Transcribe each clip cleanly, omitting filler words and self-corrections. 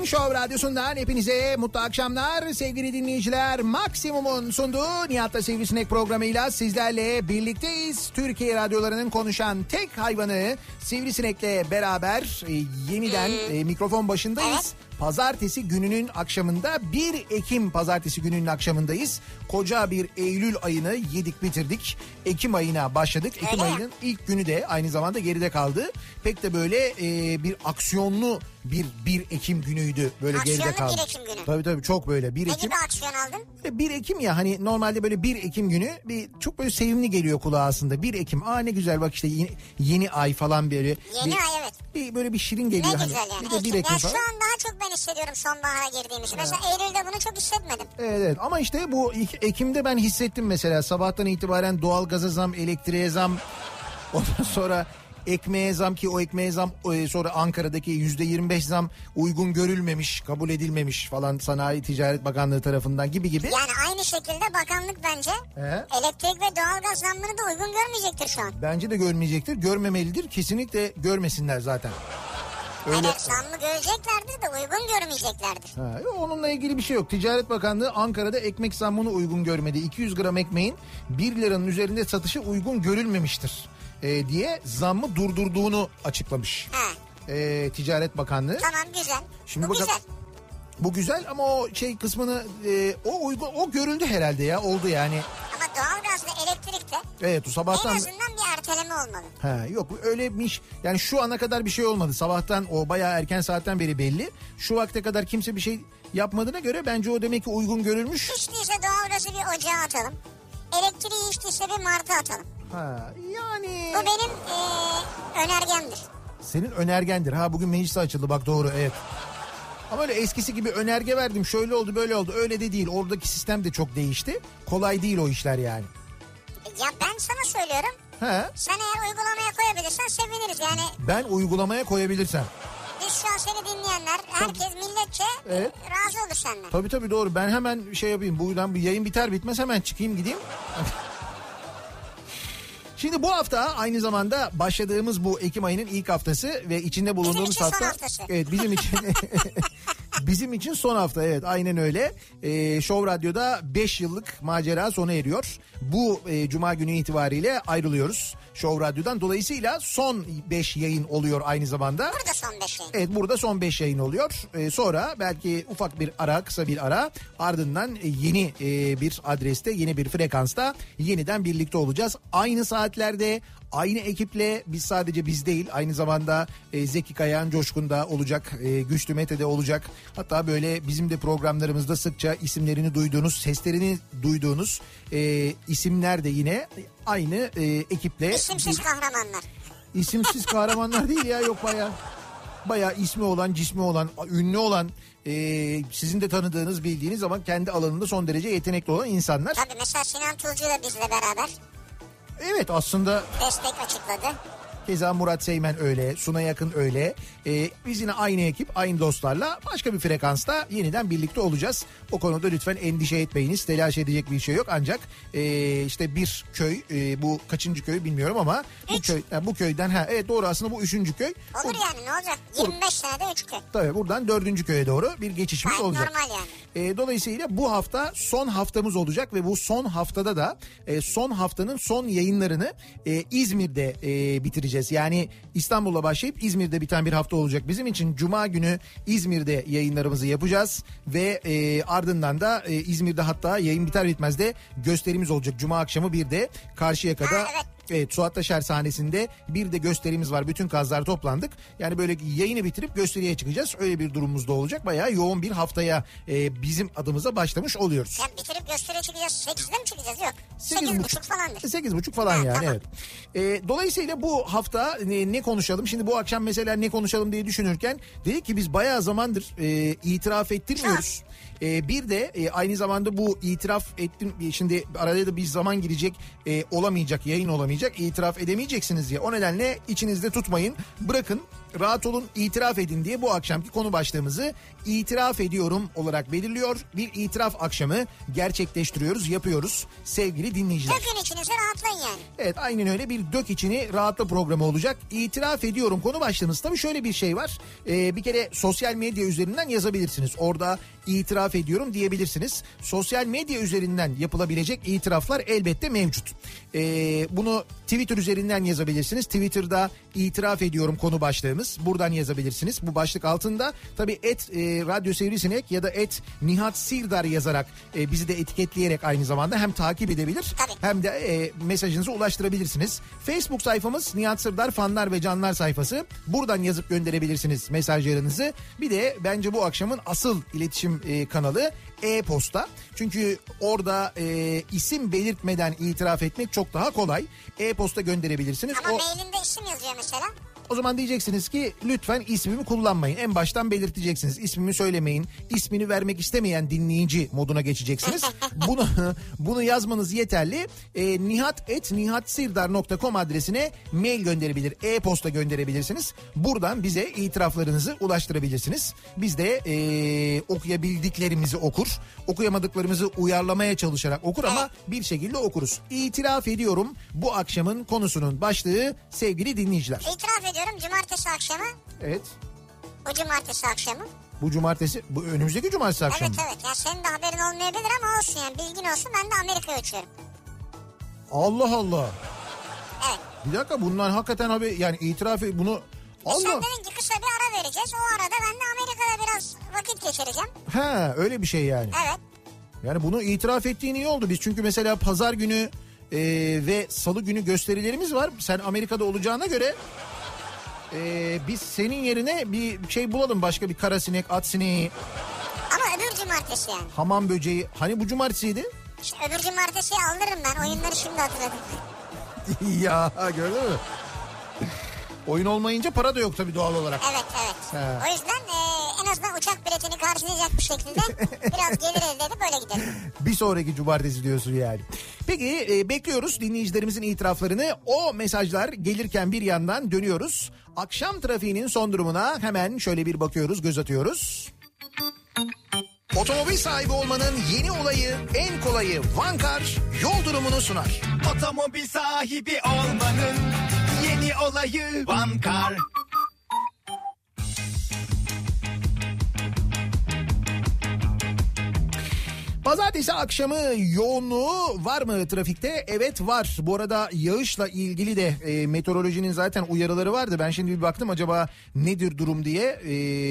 Show Radyosu'ndan hepinize mutlu akşamlar sevgili dinleyiciler. Maksimum'un sunduğu Nihat'la Sivrisinek programıyla sizlerle birlikteyiz. Türkiye radyolarının konuşan tek hayvanı Sivrisinek'le beraber yeniden mikrofon başındayız. Evet. Pazartesi gününün akşamında 1 Ekim pazartesi gününün akşamındayız. Koca bir Eylül ayını yedik bitirdik. Ekim ayına başladık. Ekim ayının ilk günü de aynı zamanda geride kaldı. Pek de böyle bir aksiyonlu bir Ekim günüydü. Böyle aksiyonlu geride kaldı. 1 Ekim günü. Tabii çok böyle 1 Ekim. Ne gibi aksiyon aldın? 1 Ekim ya hani normalde böyle 1 Ekim günü çok böyle sevimli geliyor kulağa aslında. 1 Ekim ne güzel bak işte yeni ay falan böyle. Yeni ay evet. Böyle bir şirin geliyor. Ne hani. güzel yani. Bir de 1 Ekim yani falan. şu an daha çok ben hissediyorum sonbahara girdiğimizi. Mesela Eylül'de bunu çok hissetmedim. Evet ama işte bu Ekim'de ben hissettim mesela. Sabahtan itibaren doğalgaza zam, elektriğe zam. Ondan sonra ekmeğe zam ki o ekmeğe zam sonra Ankara'daki %25 zam uygun görülmemiş, kabul edilmemiş falan Sanayi Ticaret Bakanlığı tarafından gibi. Yani aynı şekilde bakanlık bence elektrik ve doğalgaz zammını da uygun görmeyecektir şu an. Bence de görmeyecektir, görmemelidir. Kesinlikle görmesinler zaten. Öyle. Evet zammı göreceklerdir de uygun görmeyeceklerdir. Onunla ilgili bir şey yok. Ticaret Bakanlığı Ankara'da ekmek zammını uygun görmedi. 200 gram ekmeğin 1 liranın üzerinde satışı uygun görülmemiştir diye zammı durdurduğunu açıklamış. Ticaret Bakanlığı. Tamam güzel. Şimdi bu güzel. Bu güzel ama o kısmını o görüldü herhalde ya oldu yani. Ama doğalgazda elektrikte evet o sabahtan. En azından bir erteleme olmalı. Yok öylemiş yani şu ana kadar bir şey olmadı. Sabahtan o bayağı erken saatten beri belli. Şu vakte kadar kimse bir şey yapmadığına göre bence o demek ki uygun görülmüş. Hiç değilse doğalgazı bir ocağa atalım. Elektriği hiç değilse bir marta atalım. Yani. Bu benim önergemdir. Senin önergendir. Bugün meclis açıldı bak doğru evet. Ama öyle eskisi gibi önerge verdim şöyle oldu böyle oldu öyle de değil. Oradaki sistem de çok değişti. Kolay değil o işler yani. Ya ben sana söylüyorum. Sen eğer uygulamaya koyabilirsen seviniriz yani. Ben uygulamaya koyabilirsem. Biz şu an seni dinleyenler herkes milletçe razı olur senden. Tabii doğru ben hemen yapayım. Buradan bir yayın biter bitmez hemen çıkayım gideyim. Şimdi bu hafta aynı zamanda başladığımız bu Ekim ayının ilk haftası ve içinde bulunduğumuz hafta. Evet bizim için bizim için son hafta evet aynen öyle. Show Radyo'da 5 yıllık macera sona eriyor. Bu cuma günü itibariyle ayrılıyoruz Show Radyo'dan. Dolayısıyla son 5 yayın oluyor aynı zamanda. Burada son 5 yayın. Evet burada son 5 yayın oluyor. Sonra belki ufak bir ara kısa bir ara ardından yeni bir adreste yeni bir frekansta yeniden birlikte olacağız. Aynı saatlerde aynı ekiple sadece biz değil aynı zamanda Zeki Kayağan Coşkun da olacak, Güçlü Mete de olacak. Hatta böyle bizim de programlarımızda sıkça isimlerini duyduğunuz, seslerini duyduğunuz isimler de yine aynı ekiple. İsimsiz kahramanlar. İsimsiz kahramanlar değil ya yok bayağı ismi olan, cismi olan, ünlü olan, sizin de tanıdığınız, bildiğiniz ama kendi alanında son derece yetenekli olan insanlar. Tabii mesela Sinan Tuzcu da bizle beraber. Evet aslında. Destek açıkladı. Keza Murat Seymen öyle, Suna Yakın öyle. Biz yine aynı ekip, aynı dostlarla başka bir frekansta yeniden birlikte olacağız. O konuda lütfen endişe etmeyiniz. Telaş edecek bir şey yok. Ancak işte bir köy, bu kaçıncı köy bilmiyorum ama bu köyden evet doğru aslında bu 3. köy. Olur yani ne olacak? 25 senede 3 köy. Tabii buradan 4. köye doğru bir geçişimiz olacak. Normal yani. Dolayısıyla bu hafta son haftamız olacak ve bu son haftada da son haftanın son yayınlarını İzmir'de bitireceğiz. Yani İstanbul'la başlayıp İzmir'de biten bir hafta olacak bizim için. Cuma günü İzmir'de yayınlarımızı yapacağız ve ardından da İzmir'de hatta yayın biter bitmez de gösterimiz olacak. Cuma akşamı 1'de Karşıyaka'da. Evet Suat Taşer sahnesinde bir de gösterimiz var. Bütün kazlar toplandık. Yani böyle yayını bitirip gösteriye çıkacağız. Öyle bir durumumuz da olacak. Bayağı yoğun bir haftaya bizim adımıza başlamış oluyoruz. Ya bitirip gösteriye çıkacağız. 8'de mi çıkacağız? Yok. 8.30 falandır. 8.30 falan yani tamam. Evet. Dolayısıyla bu hafta ne konuşalım? Şimdi bu akşam mesela ne konuşalım diye düşünürken dedik ki biz bayağı zamandır itiraf ettirmiyoruz. Bir de aynı zamanda bu itiraf ettim, şimdi arada da bir zaman girecek, olamayacak, yayın olamayacak, itiraf edemeyeceksiniz diye. O nedenle içinizde tutmayın, bırakın, rahat olun, itiraf edin diye bu akşamki konu başlığımızı itiraf ediyorum olarak belirliyor. Bir itiraf akşamı gerçekleştiriyoruz, yapıyoruz sevgili dinleyiciler. Dökün içinizi, rahatlayın yani. Evet, aynen öyle, bir dök içini rahatla programı olacak. İtiraf ediyorum konu başlığımız. Tabii şöyle bir şey var. Bir kere sosyal medya üzerinden yazabilirsiniz. Orada itiraf ediyorum diyebilirsiniz. Sosyal medya üzerinden yapılabilecek itiraflar elbette mevcut. Bunu Twitter üzerinden yazabilirsiniz. Twitter'da itiraf ediyorum konu başlığımız. Buradan yazabilirsiniz. Bu başlık altında tabii Radyo Sivrisinek ya da Nihat Sirdar yazarak bizi de etiketleyerek aynı zamanda hem takip edebilir hem de mesajınızı ulaştırabilirsiniz. Facebook sayfamız Nihat Sirdar fanlar ve canlar sayfası. Buradan yazıp gönderebilirsiniz mesajlarınızı. Bir de bence bu akşamın asıl iletişim kanalı e-posta. Çünkü orada isim belirtmeden itiraf etmek çok daha kolay. E-posta gönderebilirsiniz. Ama mailinde isim yazıyor mesela. O zaman diyeceksiniz ki lütfen ismimi kullanmayın. En baştan belirteceksiniz. İsmimi söylemeyin. İsmini vermek istemeyen dinleyici moduna geçeceksiniz. Bunu yazmanız yeterli. nihat@nihatsirdar.com adresine mail gönderebilir. E-posta gönderebilirsiniz. Buradan bize itiraflarınızı ulaştırabilirsiniz. Biz de okuyabildiklerimizi okur. Okuyamadıklarımızı uyarlamaya çalışarak okur ama bir şekilde okuruz. İtiraf ediyorum bu akşamın konusunun başlığı sevgili dinleyiciler. İtiraf ediyorum cumartesi akşamı. Evet. Bu cumartesi akşamı. Bu cumartesi, bu önümüzdeki cumartesi akşamı. Evet. Ya senin de haberin olmayabilir ama olsun yani, bilgin olsun, ben de Amerika'ya uçuyorum. Allah Allah. Evet. Bir dakika, bundan hakikaten haber, yani itiraf bunu... Allah. Sen dedin ki kısa bir ara vereceğiz. O arada ben de Amerika'da biraz vakit geçireceğim. He, öyle bir şey yani. Evet. Yani bunu itiraf ettiğin iyi oldu. Biz çünkü mesela pazar günü ve salı günü gösterilerimiz var. Sen Amerika'da olacağına göre biz senin yerine bir şey bulalım. Başka bir karasinek, at sineği. Ama öbür cumartesi yani. Hamam böceği. Hani bu cumartesiydi? İşte öbür cumartesiyi aldırırım ben. Oyunları şimdi hatırladım. Ya gördün mü? Oyun olmayınca para da yok tabii doğal olarak. Evet. He. O yüzden en azından uçak biletini karşılayacak bir şekilde biraz gelir elde edip böyle gidelim. Bir sonraki cumartesi diyorsun yani. Peki bekliyoruz dinleyicilerimizin itiraflarını. O mesajlar gelirken bir yandan dönüyoruz. Akşam trafiğinin son durumuna hemen şöyle bir bakıyoruz, göz atıyoruz. Otomobil sahibi olmanın yeni olayı, en kolayı Vankar yol durumunu sunar. Otomobil sahibi olmanın yeni olayı Vankar. Pazartesi akşamı yoğunluğu var mı trafikte? Evet var. Bu arada yağışla ilgili de meteorolojinin zaten uyarıları vardı. Ben şimdi bir baktım acaba nedir durum diye.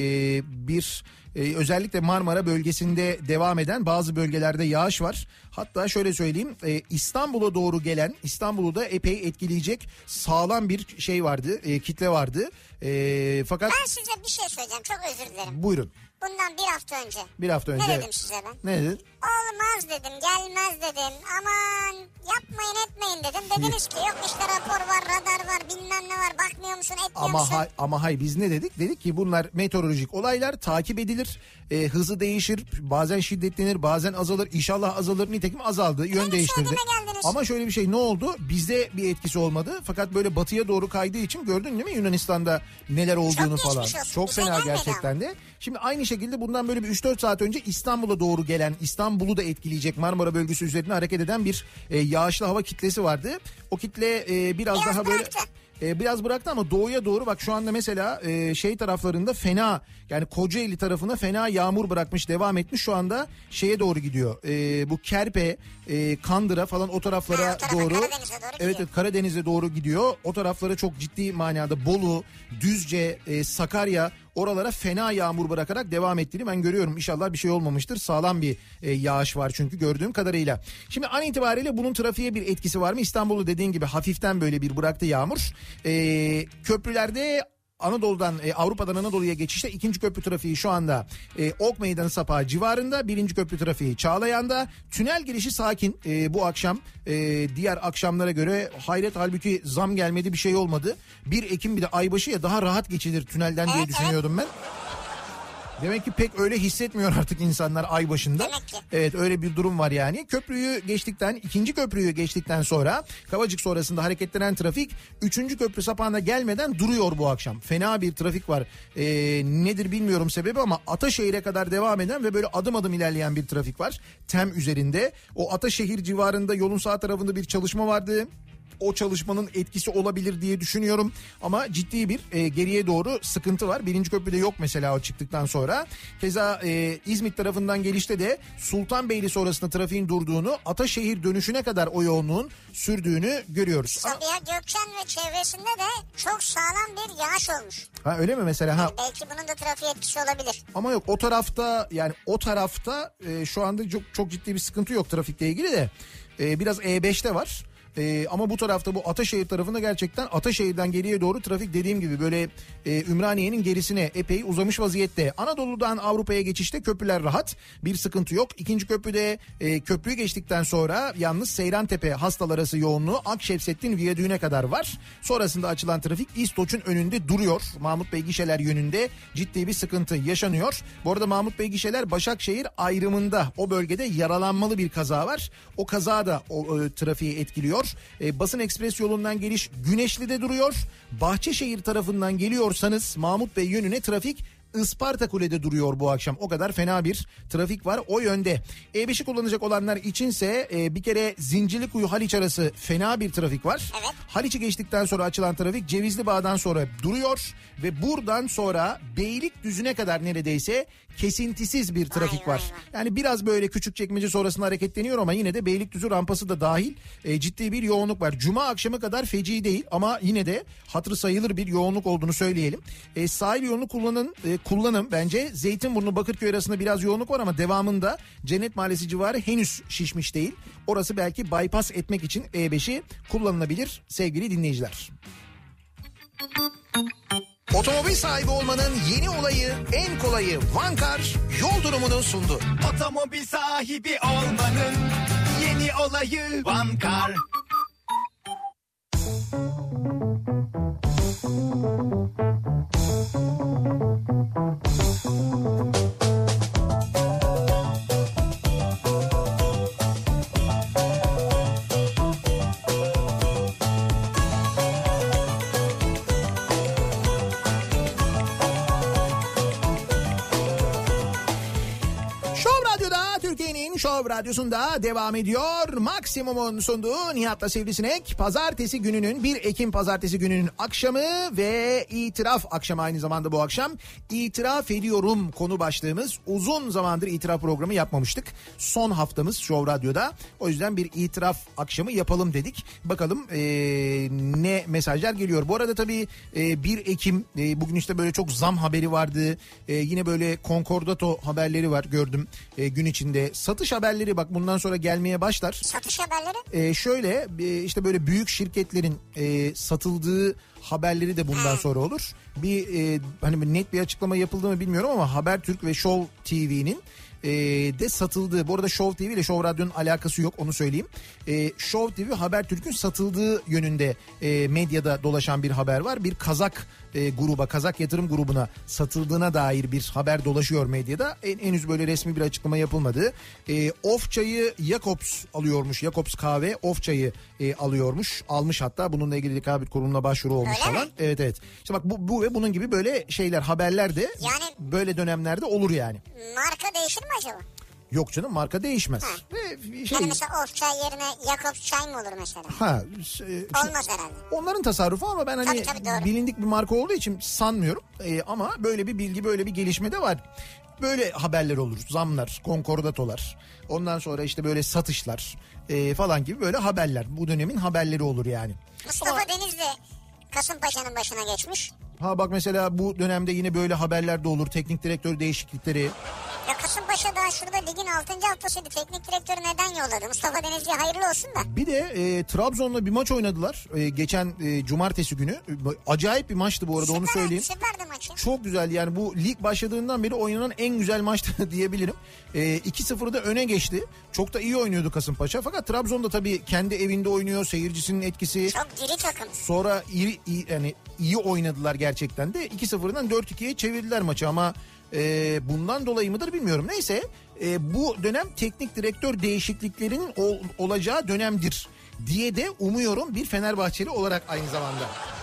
Özellikle Marmara bölgesinde devam eden bazı bölgelerde yağış var. Hatta şöyle söyleyeyim, İstanbul'a doğru gelen, İstanbul'u da epey etkileyecek sağlam bir şey vardı, kitle vardı. Fakat ben size bir şey söyleyeceğim, çok özür dilerim. Buyurun. Bundan bir hafta önce. Bir hafta önce. Ne dedim size ben? Ne dedin? Olmaz dedim, gelmez dedim. Aman yapmayın etmeyin dedim. Dediniz ki yok işte rapor var, radar var, bilmem ne var. Bakmıyor musun, etmiyor musun? Ama hay biz ne dedik? Dedik ki bunlar meteorolojik olaylar, takip edilir. Hızı değişir, bazen şiddetlenir, bazen azalır. İnşallah azalır, nitekim azaldı, yön değiştirdi. Ama şöyle bir şey, ne oldu? Bizde bir etkisi olmadı. Fakat böyle batıya doğru kaydığı için gördün değil mi Yunanistan'da neler olduğunu çok falan. Çok bize fena gerçekten de. Şimdi aynı şekilde bundan böyle bir 3-4 saat önce İstanbul'a doğru gelen, İstanbul'u da etkileyecek Marmara bölgesi üzerine hareket eden bir yağışlı hava kitlesi vardı. O kitle biraz daha böyle... Biraz bıraktı ama doğuya doğru bak şu anda mesela şey taraflarında fena, yani Kocaeli tarafına fena yağmur bırakmış, devam etmiş, şu anda şeye doğru gidiyor. Bu Kerpe, Kandıra falan o taraflara doğru. Evet, Karadeniz'e doğru gidiyor. O taraflara çok ciddi manada Bolu, Düzce, Sakarya, oralara fena yağmur bırakarak devam ettiğini ben görüyorum. İnşallah bir şey olmamıştır. Sağlam bir yağış var çünkü gördüğüm kadarıyla. Şimdi an itibariyle bunun trafiğe bir etkisi var mı? İstanbul'u dediğin gibi hafiften böyle bir bıraktı yağmur. Köprülerde Anadolu'dan Avrupa'dan Anadolu'ya geçişte ikinci köprü trafiği şu anda Ok Meydanı Sapağı civarında, birinci köprü trafiği Çağlayan'da. Tünel girişi sakin bu akşam, diğer akşamlara göre hayret, halbuki zam gelmedi, bir şey olmadı. 1 Ekim bir de aybaşı ya, daha rahat geçilir tünelden diye düşünüyordum ben. Demek ki pek öyle hissetmiyor artık insanlar ay başında. Demek ki. Evet, öyle bir durum var yani. İkinci köprüyü geçtikten sonra Kavacık sonrasında hareketlenen trafik 3. köprü sapağına gelmeden duruyor bu akşam. Fena bir trafik var. Nedir bilmiyorum sebebi ama Ataşehir'e kadar devam eden ve böyle adım adım ilerleyen bir trafik var. TEM üzerinde. O Ataşehir civarında yolun sağ tarafında bir çalışma vardı. O çalışmanın etkisi olabilir diye düşünüyorum. Ama ciddi bir geriye doğru sıkıntı var. 1. köprüde yok mesela o çıktıktan sonra. Keza İzmit tarafından gelişte de Sultanbeyli sonrasında trafiğin durduğunu, Ataşehir dönüşüne kadar o yoğunluğun sürdüğünü görüyoruz. Sabiha Gökçen ve çevresinde de çok sağlam bir yağış olmuş. Ha öyle mi mesela? Ha. Yani belki bunun da trafiğe etkisi olabilir. Ama yok, o tarafta şu anda çok ciddi bir sıkıntı yok trafikle ilgili de. Biraz E5'te var. Ama bu tarafta, bu Ataşehir tarafında gerçekten Ataşehir'den geriye doğru trafik dediğim gibi böyle Ümraniye'nin gerisine epey uzamış vaziyette. Anadolu'dan Avrupa'ya geçişte köprüler rahat, bir sıkıntı yok. 2. köprüde köprüyü geçtikten sonra yalnız Seyrantepe Hastal arası yoğunluğu Akşemsettin Viyadüğü'ne kadar var. Sonrasında açılan trafik İstoç'un önünde duruyor. Mahmut Bey gişeler yönünde ciddi bir sıkıntı yaşanıyor. Bu arada Mahmut Bey gişeler Başakşehir ayrımında, o bölgede yaralanmalı bir kaza var. O kaza da o trafiği etkiliyor. Basın Ekspres yolundan geliş Güneşli'de duruyor. Bahçeşehir tarafından geliyorsanız Mahmut Bey yönüne trafik Isparta Kule'de duruyor bu akşam. O kadar fena bir trafik var o yönde. E5'i kullanacak olanlar içinse bir kere Zincirlikuyu Haliç arası fena bir trafik var. Evet. Haliç'i geçtikten sonra açılan trafik Cevizli Bağ'dan sonra duruyor ve buradan sonra Beylikdüzü'ne kadar neredeyse kesintisiz bir trafik var. Yani biraz böyle Küçükçekmece sonrasında hareketleniyor ama yine de Beylikdüzü rampası da dahil ciddi bir yoğunluk var. Cuma akşamı kadar feci değil ama yine de hatırı sayılır bir yoğunluk olduğunu söyleyelim. Sahil yolunu kullanın bence. Zeytinburnu Bakırköy arasında biraz yoğunluk var ama devamında Cennet Mahallesi civarı henüz şişmiş değil. Orası belki bypass etmek için E5'i kullanılabilir sevgili dinleyiciler. Otomobil sahibi olmanın yeni olayı, en kolayı Vankar yol durumunu sundu. Otomobil sahibi olmanın yeni olayı Vankar. Show Radyosu'nda devam ediyor. Maksimum'un sunduğu Nihat'la Sivrisinek. Pazartesi gününün, 1 Ekim pazartesi gününün akşamı ve itiraf akşamı aynı zamanda bu akşam. İtiraf ediyorum konu başlığımız. Uzun zamandır itiraf programı yapmamıştık. Son haftamız Show Radyo'da. O yüzden bir itiraf akşamı yapalım dedik. Bakalım ne mesajlar geliyor. Bu arada tabii 1 Ekim bugün işte böyle çok zam haberi vardı. Yine böyle konkordato haberleri var gördüm gün içinde. Satış haberleri bak bundan sonra gelmeye başlar. Satış haberleri? Şöyle işte böyle büyük şirketlerin satıldığı haberleri de bundan sonra olur. Hani net bir açıklama yapıldı mı bilmiyorum ama Habertürk ve Show TV'nin de satıldığı. Bu arada Show TV ile Show Radyo'nun alakası yok, onu söyleyeyim. Show TV Habertürk'ün satıldığı yönünde medyada dolaşan bir haber var. Bir Kazak gruba, Kazak yatırım grubuna satıldığına dair bir haber dolaşıyor medyada. Henüz böyle resmi bir açıklama yapılmadı. Of çayı Jacobs alıyormuş. Jacobs kahve Of çayı alıyormuş. Almış hatta, bununla ilgili rekabet kuruluna başvuru olmuş öyle falan. Mi? Evet evet. İşte bak bu ve bunun gibi böyle şeyler, haberler de yani, böyle dönemlerde olur yani. Marka değişir mi acaba? Yok canım, marka değişmez. Yani mesela Of çay yerine Jacobs çay mı olur mesela? Olmaz herhalde. Onların tasarrufu ama ben hani tabii, bilindik bir marka olduğu için sanmıyorum. Ama böyle bir bilgi, böyle bir gelişme de var. Böyle haberler olur. Zamlar, konkordatolar. Ondan sonra işte böyle satışlar falan gibi böyle haberler. Bu dönemin haberleri olur yani. Mustafa Denizli Kasımpaşa'nın başına geçmiş. Ha bak mesela bu dönemde yine böyle haberler de olur. Teknik direktör değişiklikleri. Ya Kasımpaşa daha şurada ligin 6. haftasıydı. Teknik direktörü neden yolladı? Mustafa Denizli'ye hayırlı olsun da. Bir de Trabzon'la bir maç oynadılar. Geçen cumartesi günü. Acayip bir maçtı bu arada, onu söyleyeyim. Süperdi maçı. Çok güzel yani, bu lig başladığından beri oynanan en güzel maçtı diyebilirim. 2-0'da öne geçti. Çok da iyi oynuyordu Kasımpaşa. Fakat Trabzon'da tabii kendi evinde oynuyor. Seyircisinin etkisi. Çok diri takım. Sonra iyi oynadılar gerçekten de. 2-0'dan 4-2'ye çevirdiler maçı ama Bundan dolayı mıdır bilmiyorum. Neyse bu dönem teknik direktör değişikliklerinin olacağı dönemdir diye de umuyorum bir Fenerbahçeli olarak aynı zamanda.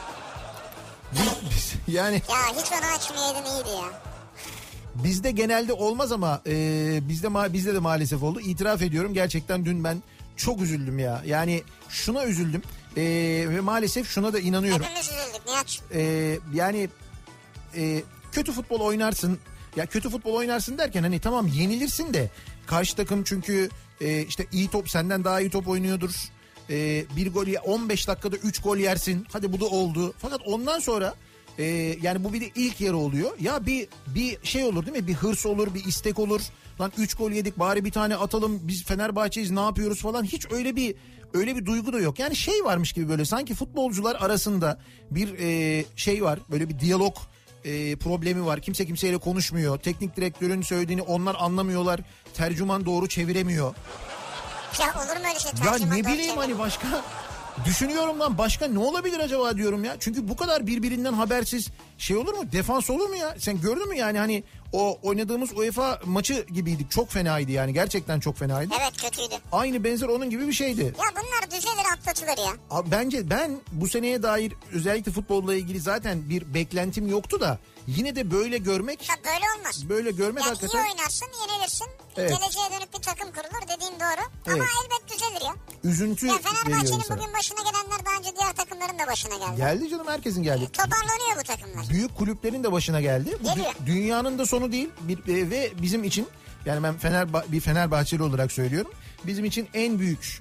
Yani Ya hiç onu açmayaydın iyiydi ya. bizde genelde olmaz ama bizde de maalesef oldu. İtiraf ediyorum, gerçekten dün ben çok üzüldüm ya. Yani şuna üzüldüm ve maalesef şuna da inanıyorum. Hepimiz üzüldük Nihat. Yani kötü futbol oynarsın. Ya kötü futbol oynarsın derken hani tamam yenilirsin de karşı takım çünkü işte iyi top, senden daha iyi top oynuyordur. Bir gol 15 dakikada 3 gol yersin. Hadi bu da oldu. Fakat ondan sonra yani bu bir de ilk yarı oluyor. Ya bir şey olur değil mi? Bir hırs olur, bir istek olur. Lan 3 gol yedik, bari bir tane atalım. Biz Fenerbahçe'yiz, ne yapıyoruz falan. Hiç öyle bir duygu da yok. Yani şey varmış gibi, böyle sanki futbolcular arasında bir şey var. Böyle bir diyalog problemi var. Kimse kimseyle konuşmuyor. Teknik direktörün söylediğini onlar anlamıyorlar. Tercüman doğru çeviremiyor. Ya olur mu öyle şey? Ya ne bileyim hani başka düşünüyorum lan, başka ne olabilir acaba diyorum ya. Çünkü bu kadar birbirinden habersiz şey olur mu? Defans olur mu ya? Sen gördün mü yani, hani o oynadığımız UEFA maçı gibiydik. Çok fenaydı yani, gerçekten çok fenaydı. Evet, kötüydü. Aynı benzer onun gibi bir şeydi. Ya bunlar düzelir, atlatılır ya. Bence ben bu seneye dair özellikle futbolla ilgili zaten bir beklentim yoktu da yine de böyle görmek. Ya böyle olmaz. Böyle görmek yani hakikaten. iyi oynarsın, yenilirsin. Evet. Geleceğe dönük bir takım kurulur, dediğin doğru. Evet. Ama elbet düzelir ya. Üzüntü Ya veriyor Fenerbahçe'nin insana. bugün başına gelenler daha önce diğer takımların da başına geldi. Geldi canım, herkesin geldi. Toparlanıyor bu takımlar. Büyük kulüplerin de başına geldi. Bu Geliyor. dünyanın da sonu değil. Ve bizim için, yani ben bir Fenerbahçeli olarak söylüyorum. Bizim için en büyük,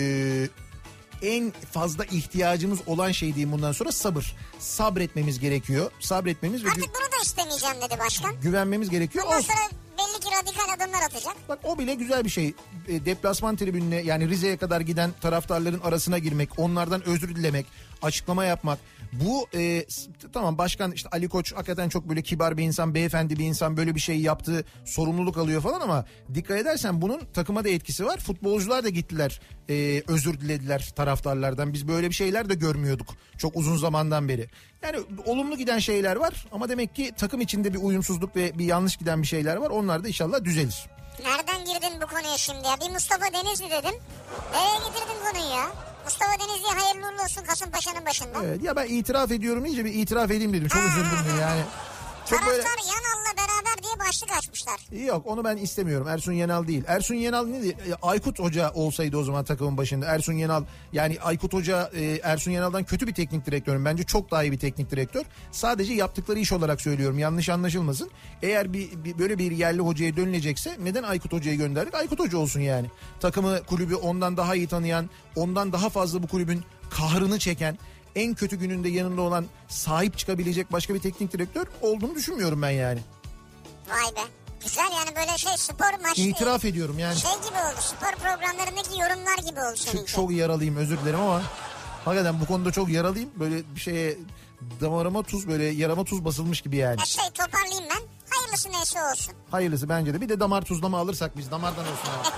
en fazla ihtiyacımız olan şey diyeyim bundan sonra, sabır. Sabretmemiz gerekiyor. Sabretmemiz ve Artık bunu da istemeyeceğim dedi başkan. güvenmemiz gerekiyor. Bundan Olsun. sonra belli ki radikal adımlar atacak. Bak o bile güzel bir şey. Deplasman tribününe, yani Rize'ye kadar giden taraftarların arasına girmek, onlardan özür dilemek, açıklama yapmak. Bu tamam, başkan işte Ali Koç hakikaten çok böyle kibar bir insan, beyefendi bir insan, böyle bir şey yaptı, sorumluluk alıyor falan, ama dikkat edersen bunun takıma da etkisi var. Futbolcular da gittiler, özür dilediler taraftarlardan. Biz böyle bir şeyler de görmüyorduk çok uzun zamandan beri. Yani olumlu giden şeyler var ama demek ki takım içinde bir uyumsuzluk ve bir yanlış giden bir şeyler var. Onlar da inşallah düzelir. Nereden girdin bu konuya şimdi ya? Bir Mustafa Denizli dedim. Nereye getirdin konuyu ya? Mustafa Denizli'ye hayırlı uğurlu olsun Kasımpaşa'nın başında. Evet ya, ben itiraf ediyorum iyice, bir itiraf edeyim dedim. Çok üzüldüm yani. Çok Taraftar böyle... Yanal'la beraber diye başlık açmışlar. Yok, onu ben istemiyorum. Ersun Yanal değil. Ersun Yanal neydi? Aykut Hoca olsaydı o zaman takımın başında. Ersun Yanal, yani Aykut Hoca Ersun Yanal'dan kötü bir teknik direktörüm. Bence çok daha iyi bir teknik direktör. Sadece yaptıkları iş olarak söylüyorum. Yanlış anlaşılmasın. Eğer böyle bir yerli hocaya dönülecekse neden Aykut Hoca'yı gönderdik? Aykut Hoca olsun yani. Takımı, kulübü ondan daha iyi tanıyan, ondan daha fazla bu kulübün kahrını çeken, en kötü gününde yanında olan, sahip çıkabilecek başka bir teknik direktör olduğunu düşünmüyorum ben yani. Vay be. Güzel yani, böyle spor maçı. İtiraf ediyorum yani. Şey gibi oldu, spor programlarındaki yorumlar gibi oldu seninki. Çok yaralıyım, özür dilerim ama hakikaten bu konuda çok yaralıyım. Böyle bir şeye, damarıma tuz, böyle yarama tuz basılmış gibi yani. Toparlayayım ben. Hayırlısı neyse olsun. Hayırlısı bence de. Bir de damar tuzlama alırsak biz, damardan olsun ama.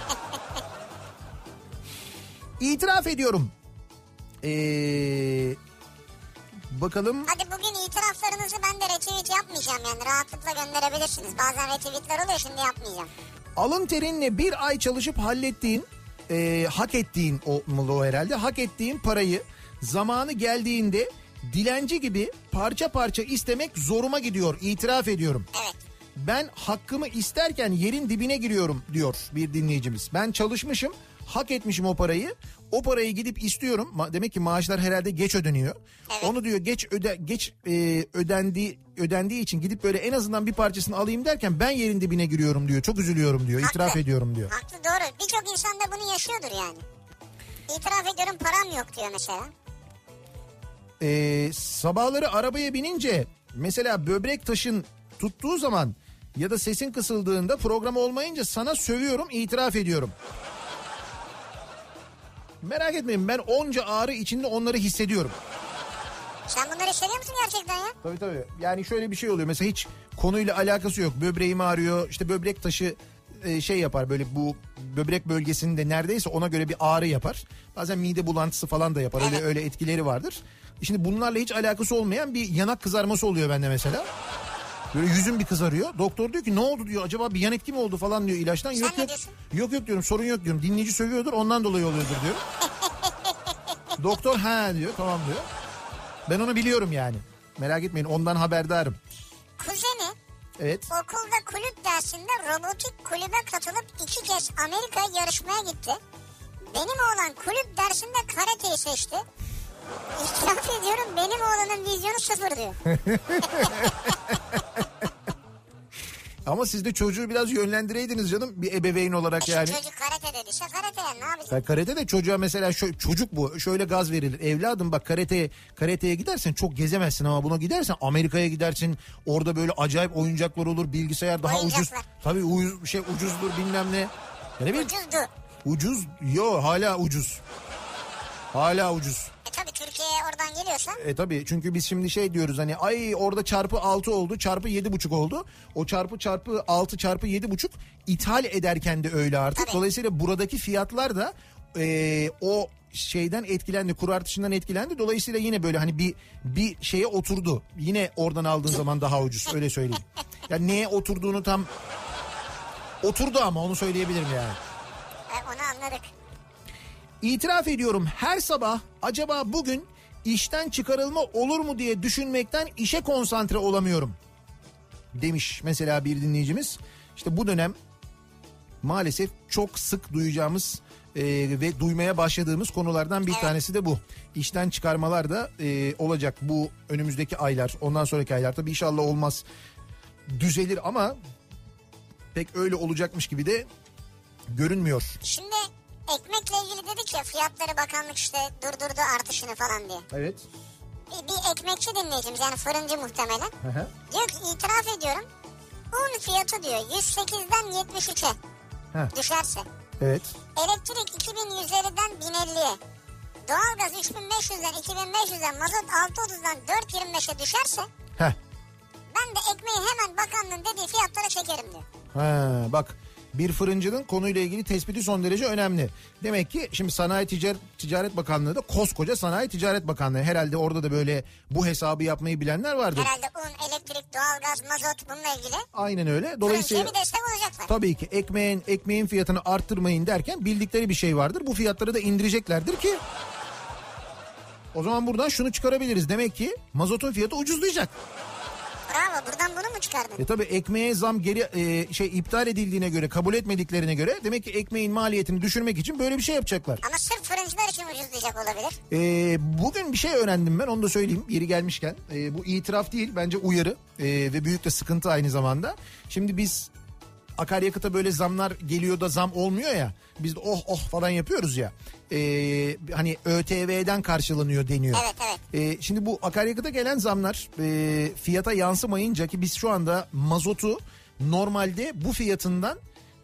İtiraf ediyorum. Bakalım. Hadi bugün itiraflarınızı ben de retweet yapmayacağım yani, rahatlıkla gönderebilirsiniz. Bazen retweetler oluyor, şimdi yapmayacağım. Alın terinle bir ay çalışıp hallettiğin, hak ettiğin o herhalde, hak ettiğin parayı zamanı geldiğinde dilenci gibi parça parça istemek zoruma gidiyor. İtiraf ediyorum. Evet. Ben hakkımı isterken yerin dibine giriyorum diyor bir dinleyicimiz. Ben çalışmışım, hak etmişim o parayı. O parayı gidip istiyorum. Demek ki maaşlar herhalde geç ödeniyor. Evet. Onu diyor geç ödendiği için gidip böyle en azından bir parçasını alayım derken ben yerin dibine giriyorum diyor. Çok üzülüyorum diyor. Haklı. İtiraf ediyorum diyor. Haklı, doğru. Birçok insan da bunu yaşıyordur yani. İtiraf ediyorum, param yok diyor mesela. Sabahları arabaya binince mesela böbrek taşın tuttuğu zaman ya da sesin kısıldığında, program olmayınca sana sövüyorum, itiraf ediyorum. Merak etmeyin, ben onca ağrı içinde onları hissediyorum. Sen bunları hissediyor musun gerçekten ya? Tabii. Yani şöyle bir şey oluyor. Mesela hiç konuyla alakası yok. Böbreğim ağrıyor. İşte böbrek taşı şey yapar, böyle bu böbrek bölgesinde neredeyse ona göre bir ağrı yapar. Bazen mide bulantısı falan da yapar. Evet. Öyle etkileri vardır. Şimdi bunlarla hiç alakası olmayan bir yanak kızarması oluyor bende mesela. Böyle yüzüm bir kızarıyor. Doktor diyor ki ne oldu diyor. Acaba bir yan etki mi oldu falan diyor ilaçtan. Sen Yok ne yok. diyorsun? Yok diyorum, sorun yok diyorum. Dinleyici sövüyordur, ondan dolayı oluyordur diyor. Doktor ha diyor, tamam diyor. Ben onu biliyorum yani. Merak etmeyin, ondan haberdarım. Kuzeni Evet. okulda kulüp dersinde robotik kulübe katılıp 2 kez Amerika'ya yarışmaya gitti. Benim oğlan kulüp dersinde karateyi seçti. İtiraf ediyorum, benim oğlanın vizyonu 0 diyor. Ama siz de çocuğu biraz yönlendireydiniz canım, bir ebeveyn olarak yani. Çocuk karate dediyse karate yani, ne yapacağız? Ya karate de çocuğa mesela çocuk bu şöyle gaz verilir. Evladım bak karateye gidersen çok gezemezsin ama buna gidersen Amerika'ya gidersin. Orada böyle acayip oyuncaklar olur, bilgisayar daha ucuz. Oyuncaklar. Tabii ucuzdur bilmem ne. Yani Ucuzdu. Ucuz. Hala ucuz. Hala ucuz. Tabii Türkiye'ye oradan geliyorsan. Tabii çünkü biz şimdi diyoruz hani ay orada çarpı 6 oldu, çarpı 7,5 oldu. O çarpı 6 çarpı 7,5 ithal ederken de öyle artık. Tabii. Dolayısıyla buradaki fiyatlar da o şeyden etkilendi, kur artışından etkilendi. Dolayısıyla yine böyle hani bir şeye oturdu. Yine oradan aldığın zaman daha ucuz, öyle söyleyeyim. Yani neye oturduğunu tam oturdu ama onu söyleyebilirim yani. Onu anladık. İtiraf ediyorum, her sabah acaba bugün işten çıkarılma olur mu diye düşünmekten işe konsantre olamıyorum demiş mesela bir dinleyicimiz. İşte bu dönem maalesef çok sık duyacağımız ve duymaya başladığımız konulardan bir tanesi de bu. İşten çıkarmalar da olacak bu önümüzdeki aylar, ondan sonraki aylar. Tabii inşallah olmaz, düzelir ama pek öyle olacakmış gibi de görünmüyor. Şimdi ekmekle ilgili dedik ya, fiyatları bakanlık işte durdurdu artışını falan diye. Evet. Bir ekmekçi dinleyicimiz, yani fırıncı muhtemelen. Hı. Diyor ki itiraf ediyorum, un fiyatı diyor 108'den 73'e düşerse. Evet. Elektrik 2150'den 1050'ye. Doğalgaz 3500'den 2500'den, mazot 630'dan 425'e düşerse. Heh. Ben de ekmeği hemen bakanlığın dediği fiyatlara çekerim diyor. Bak, bir fırıncının konuyla ilgili tespiti son derece önemli. Demek ki şimdi Sanayi Ticaret Bakanlığı da koskoca Sanayi Ticaret Bakanlığı. Herhalde orada da böyle bu hesabı yapmayı bilenler vardır. Herhalde un, elektrik, doğalgaz, mazot bununla ilgili. Aynen öyle. Dolayısıyla bir destek olacaklar. tabii ki ekmeğin fiyatını arttırmayın derken bildikleri bir şey vardır. Bu fiyatları da indireceklerdir ki o zaman buradan şunu çıkarabiliriz. Demek ki mazotun fiyatı ucuzlayacak. Bravo, buradan bunu mu çıkardın? Tabii ekmeğe zam iptal edildiğine göre, kabul etmediklerine göre demek ki ekmeğin maliyetini düşürmek için böyle bir şey yapacaklar. Ama sırf fırıncılar için ucuzlayacak olabilir. Bugün bir şey öğrendim ben, onu da söyleyeyim yeri gelmişken. Bu itiraf değil, bence uyarı ve büyük de sıkıntı aynı zamanda. Şimdi biz akaryakıta böyle zamlar geliyor da zam olmuyor ya. Biz de oh falan yapıyoruz ya. Hani ÖTV'den karşılanıyor deniyor. Evet. Şimdi bu akaryakıta gelen zamlar fiyata yansımayınca, ki biz şu anda mazotu normalde bu fiyatından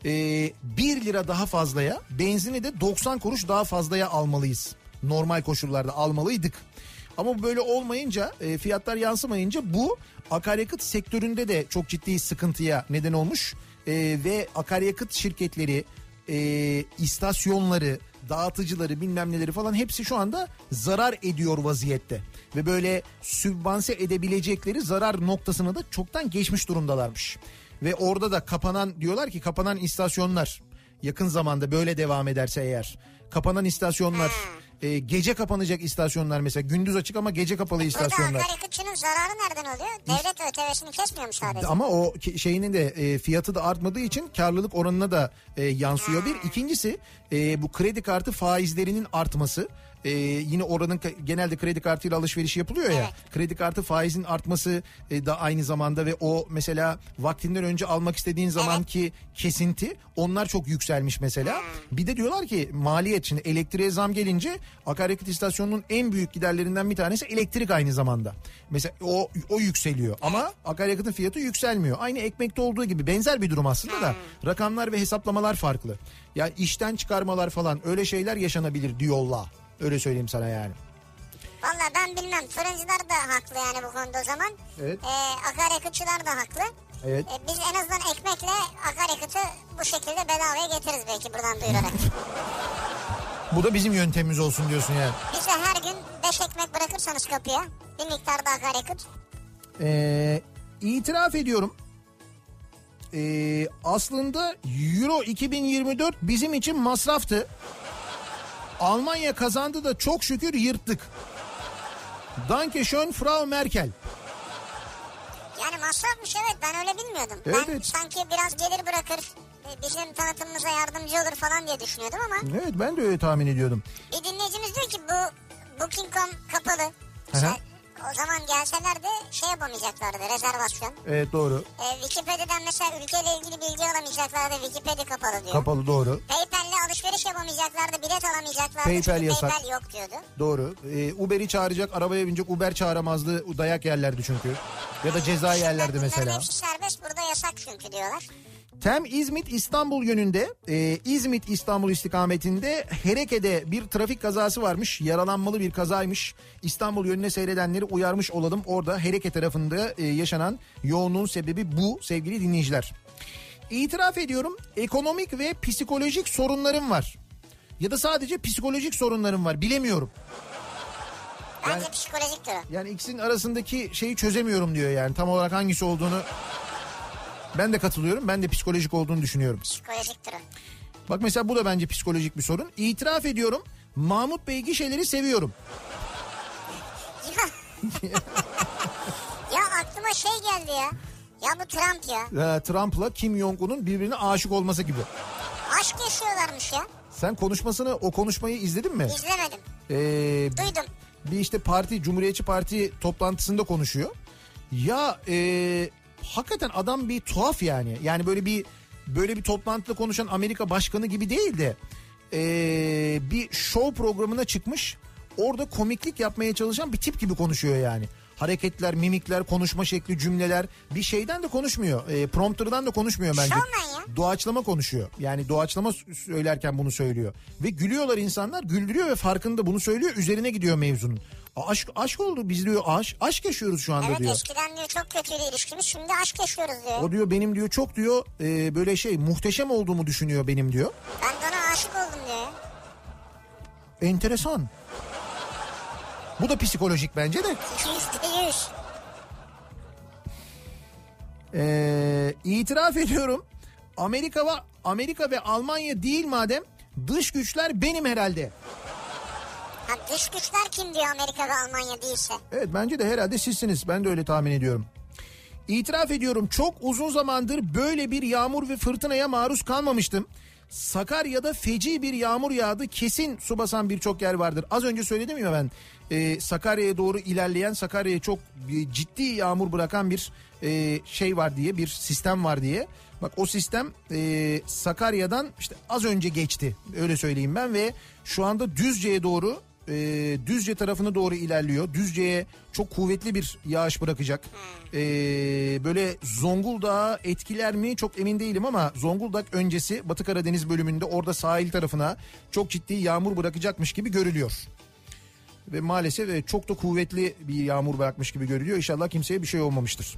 1 lira daha fazlaya, benzini de 90 kuruş daha fazlaya almalıyız. Normal koşullarda almalıydık. Ama böyle olmayınca, fiyatlar yansımayınca bu akaryakıt sektöründe de çok ciddi sıkıntıya neden olmuş. Ve akaryakıt şirketleri, istasyonları, dağıtıcıları, bilmem neleri falan hepsi şu anda zarar ediyor vaziyette. Ve böyle sübvanse edebilecekleri zarar noktasını da çoktan geçmiş durumdalarmış. Ve orada da diyorlar ki kapanan istasyonlar, yakın zamanda böyle devam ederse eğer, kapanan istasyonlar, gece kapanacak istasyonlar, mesela gündüz açık ama gece kapalı istasyonlar. Burada akaryakıtçının zararı nereden oluyor? Devlet ÖTV'sini kesmiyor mu sadece? Ama o şeyinin de fiyatı da artmadığı için karlılık oranına da yansıyor. Bir ikincisi bu kredi kartı faizlerinin artması. Yine oranın genelde kredi kartıyla alışveriş yapılıyor ya. Evet. Kredi kartı faizinin artması da aynı zamanda ve o mesela vaktinden önce almak istediğin zamanki kesinti, onlar çok yükselmiş mesela. Bir de diyorlar ki maliyet, şimdi elektriğe zam gelince akaryakıt istasyonunun en büyük giderlerinden bir tanesi elektrik aynı zamanda. Mesela o yükseliyor ama akaryakıtın fiyatı yükselmiyor. Aynı ekmekte olduğu gibi benzer bir durum aslında da rakamlar ve hesaplamalar farklı. Ya işten çıkarmalar falan, öyle şeyler yaşanabilir diyorlar. Öyle söyleyeyim sana yani. Valla ben bilmem. Fırıncılar da haklı yani bu konuda o zaman. Evet. Akaryakıtçılar da haklı. Evet. Biz en azından ekmekle akaryakıtı bu şekilde bedavaya getiririz belki buradan duyurarak. Bu da bizim yöntemimiz olsun diyorsun yani. Bize her gün 5 ekmek bırakırsanız kapıya, bir miktar da akaryakıt. İtiraf ediyorum. Aslında Euro 2024 bizim için masraftı. Almanya kazandı da çok şükür yırttık. Danke schön Frau Merkel. Yani masrafmış, evet, ben öyle bilmiyordum. Evet, ben evet. sanki biraz gelir bırakır, bizim tanıtımımıza yardımcı olur falan diye düşünüyordum ama. Evet, ben de öyle tahmin ediyordum. Bir dinleyicimiz diyor ki bu Booking.com kapalı. Aha. Mesela o zaman gelseler de şey yapamayacaklardı, rezervasyon. Evet, doğru. Wikipedia'dan mesela ülkeyle ilgili bilgi alamayacaklardı, Wikipedia kapalı diyor. Kapalı, doğru. PayPal'le alışveriş yapamayacaklardı, bilet alamayacaklardı. PayPal çünkü yasak. PayPal yok diyordu. Doğru. Uber'i çağıracak, arabaya binecek, Uber çağıramazdı. Dayak yerlerdi çünkü. Ya da ceza yerlerdi Bunların mesela. hepsi serbest, burada yasak çünkü diyorlar. Tem İzmit İstanbul yönünde İzmit İstanbul istikametinde Hereke'de bir trafik kazası varmış. Yaralanmalı bir kazaymış. İstanbul yönüne seyredenleri uyarmış olalım. Orada Hereke tarafında yaşanan yoğunluğun sebebi bu sevgili dinleyiciler. İtiraf ediyorum, ekonomik ve psikolojik sorunlarım var. Ya da sadece psikolojik sorunlarım var, bilemiyorum. Bence psikolojiktir o. Yani ikisinin arasındaki şeyi çözemiyorum diyor yani, tam olarak hangisi olduğunu. Ben de katılıyorum. Ben de psikolojik olduğunu düşünüyorum. Psikolojiktir o. Bak mesela bu da bence psikolojik bir sorun. İtiraf ediyorum, Mahmut Bey gişeleri seviyorum. Ya aklıma şey geldi ya. Ya bu Trump ya. Trump'la Kim Jong-un'un birbirine aşık olması gibi. Aşk yaşıyorlarmış ya. Sen o konuşmayı izledin mi? İzlemedim. Duydum. Bir işte Cumhuriyetçi Parti toplantısında konuşuyor. Ya hakikaten adam bir tuhaf yani. Yani böyle bir toplantıda konuşan Amerika başkanı gibi değil de bir show programına çıkmış. Orada komiklik yapmaya çalışan bir tip gibi konuşuyor yani. Hareketler, mimikler, konuşma şekli, cümleler, bir şeyden de konuşmuyor. Prompter'dan da konuşmuyor bence. Showman ya. Doğaçlama konuşuyor. Yani doğaçlama söylerken bunu söylüyor. Ve gülüyorlar insanlar, güldürüyor ve farkında, bunu söylüyor, üzerine gidiyor mevzunun. Aşk oldu biz diyor, aşk yaşıyoruz şu anda evet, diyor. Evet, eskiden diyor çok kötüydü ilişkimiz, şimdi aşk yaşıyoruz diyor. O diyor benim diyor çok diyor böyle muhteşem olduğumu düşünüyor benim diyor. Ben de ona aşık oldum diyor. Enteresan. Bu da psikolojik bence de. %100. İtiraf ediyorum, Amerika ve Almanya değil madem, dış güçler benim herhalde. Ha, dış güçler kim diyor Amerika ve Almanya değilse? Evet, bence de herhalde sizsiniz. Ben de öyle tahmin ediyorum. İtiraf ediyorum, çok uzun zamandır böyle bir yağmur ve fırtınaya maruz kalmamıştım. Sakarya'da feci bir yağmur yağdı. Kesin su basan birçok yer vardır. Az önce söyledim ya ben. Sakarya'ya doğru ilerleyen, Sakarya'ya çok ciddi yağmur bırakan bir şey var diye, bir sistem var diye. Bak o sistem Sakarya'dan işte az önce geçti. Öyle söyleyeyim ben ve şu anda Düzce'ye doğru, Düzce tarafına doğru ilerliyor. Düzce'ye çok kuvvetli bir yağış bırakacak. Böyle Zonguldak'a etkiler mi çok emin değilim ama Zonguldak öncesi Batı Karadeniz bölümünde, orada sahil tarafına çok ciddi yağmur bırakacakmış gibi görülüyor. Ve maalesef çok da kuvvetli bir yağmur bırakmış gibi görülüyor. İnşallah kimseye bir şey olmamıştır.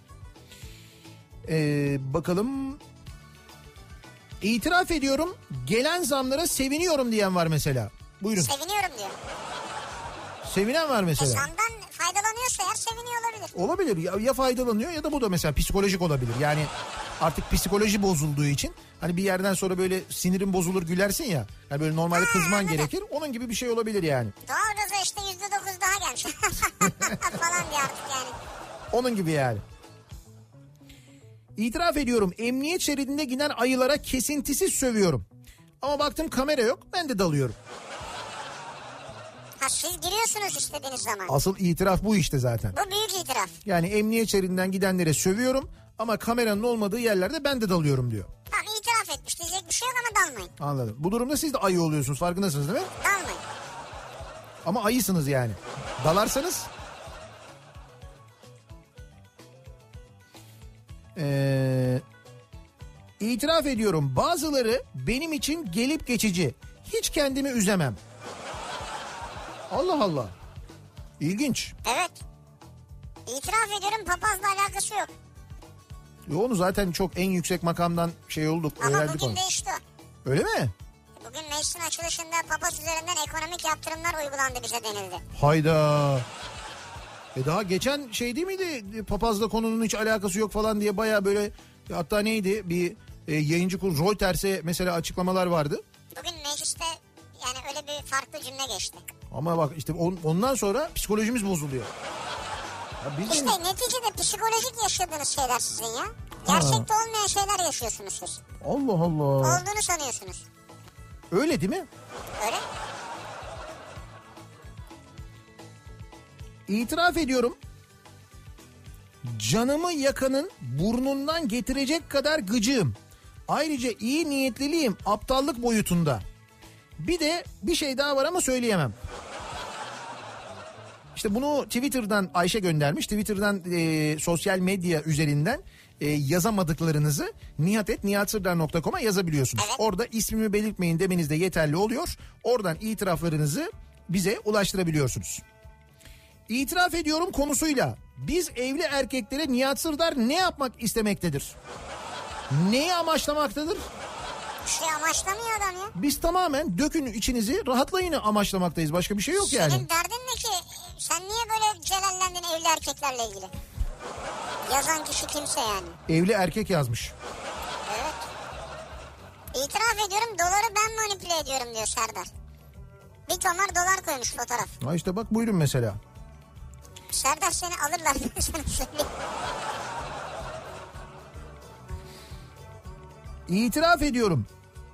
Bakalım. İtiraf ediyorum, gelen zamlara seviniyorum diyen var mesela. Buyurun. Seviniyorum diyor. Sevinen var mesela. Zamdan faydalanıyorsa eğer seviniyor olabilir. Olabilir ya faydalanıyor ya da bu da mesela psikolojik olabilir. Yani artık psikoloji bozulduğu için hani bir yerden sonra böyle sinirin bozulur, gülersin ya. Yani böyle normalde kızman gerekir. Onun gibi bir şey olabilir yani. Doğalgaza işte %9 daha gelmiş falan diye artık yani. Onun gibi yani. İtiraf ediyorum, emniyet şeridinde giden ayılara kesintisiz sövüyorum. Ama baktım kamera yok, ben de dalıyorum. Ha, siz giriyorsunuz istediğiniz zaman. Asıl itiraf bu işte zaten. Bu büyük itiraf. Yani emniyet şeridinden gidenlere sövüyorum ama kameranın olmadığı yerlerde ben de dalıyorum diyor. Tamam, itiraf etmiş, diyecek bir şey yok ama dalmayın. Anladım. Bu durumda siz de ayı oluyorsunuz, farkındasınız değil mi? Dalmayın. Ama ayısınız yani. Dalarsanız... İtiraf ediyorum, bazıları benim için gelip geçici. Hiç kendimi üzemem. Allah Allah. İlginç. Evet. İtiraf ediyorum, papazla alakası yok. Onu zaten çok en yüksek makamdan şey olduk. Ama öğrendik bugün onu. değişti o. Öyle mi? Bugün meclisin açılışında papaz üzerinden ekonomik yaptırımlar uygulandı bize denildi. Hayda. Daha geçen şey değil miydi? Papazla konunun hiç alakası yok falan diye baya böyle, hatta neydi bir yayıncı kuruluş Reuters'e mesela açıklamalar vardı. Bugün mecliste yani öyle bir farklı cümle geçti. Ama bak işte ondan sonra psikolojimiz bozuluyor. İşte neticede psikolojik yaşadığınız şeyler sizin ya. Gerçekte olmayan şeyler yaşıyorsunuz siz. Allah Allah. Olduğunu sanıyorsunuz. Öyle değil mi? Öyle. İtiraf ediyorum. Canımı yakanın burnundan getirecek kadar gıcığım. Ayrıca iyi niyetliliğim aptallık boyutunda. Bir de bir şey daha var ama söyleyemem. İşte bunu Twitter'dan Ayşe göndermiş. Twitter'dan sosyal medya üzerinden yazamadıklarınızı nihatetnihatsırdar.com'a yazabiliyorsunuz. Evet. Orada ismimi belirtmeyin demeniz de yeterli oluyor. Oradan itiraflarınızı bize ulaştırabiliyorsunuz. İtiraf ediyorum konusuyla biz evli erkeklere Nihat Sırdar ne yapmak istemektedir? Neyi amaçlamaktadır? Bir şey amaçlamıyor adam ya. Biz tamamen dökün içinizi rahatlayın amaçlamaktayız. Başka bir şey yok yani. Senin derdin ne ki? Sen niye böyle celallendin evli erkeklerle ilgili? Yazan kişi kimse yani. Evli erkek yazmış. Evet. İtiraf ediyorum doları ben manipüle ediyorum diyor Serdar. Bir tomar dolar koymuş fotoğraf. Ha işte bak buyurun mesela. Serdar seni alırlar diye sana söyleyeyim. İtiraf ediyorum.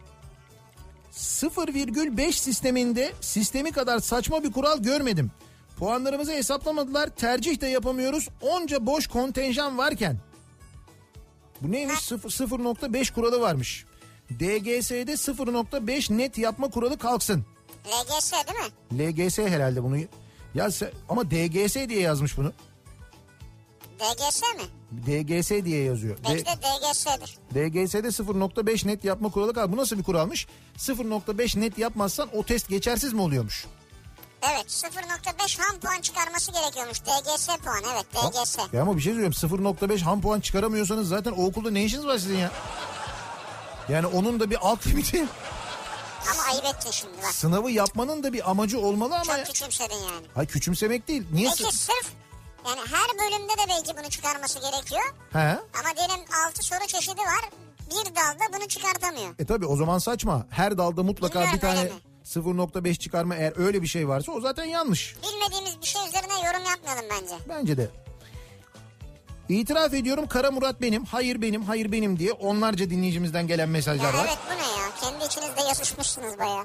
0,5 sisteminde sistemi kadar saçma bir kural görmedim. Puanlarımızı hesaplamadılar, tercih de yapamıyoruz. Onca boş kontenjan varken. Bu neymiş? 0,5 kuralı varmış. DGS'de 0,5 net yapma kuralı kalksın. LGS değil mi? LGS herhalde bunu. Ya ama DGS diye yazmış bunu. DGS mi? DGS diye yazıyor. Belki de DGS'dir. DGS'de 0,5 net yapma kuralı kaldı. Bu nasıl bir kuralmış? 0,5 net yapmazsan o test geçersiz mi oluyormuş? Evet 0,5 ham puan çıkarması gerekiyormuş. DGS puan evet DGS. Ya ama bir şey söyleyeyim, 0,5 ham puan çıkaramıyorsanız zaten o okulda ne işiniz var sizin ya? Yani onun da bir alt limiti. Ama ayıp ettin şimdi bak. Sınavı yapmanın da bir amacı olmalı ama. Çok küçümsedin yani. Hayır küçümsemek değil. Niye? Peki sırf yani her bölümde de belki bunu çıkarması gerekiyor. He? Ama diyelim 6 soru çeşidi var. Bir dalda bunu çıkartamıyor. Tabii o zaman saçma. Her dalda mutlaka Bilmiyorum, bir tane öyle mi? 0,5 çıkarma, eğer öyle bir şey varsa o zaten yanlış. Bilmediğimiz bir şey üzerine yorum yapmayalım bence. Bence de. İtiraf ediyorum Kara Murat benim, hayır benim, hayır benim diye onlarca dinleyicimizden gelen mesajlar Ya var. evet bu ne ya? Kendi içinizde yazışmışsınız bayağı.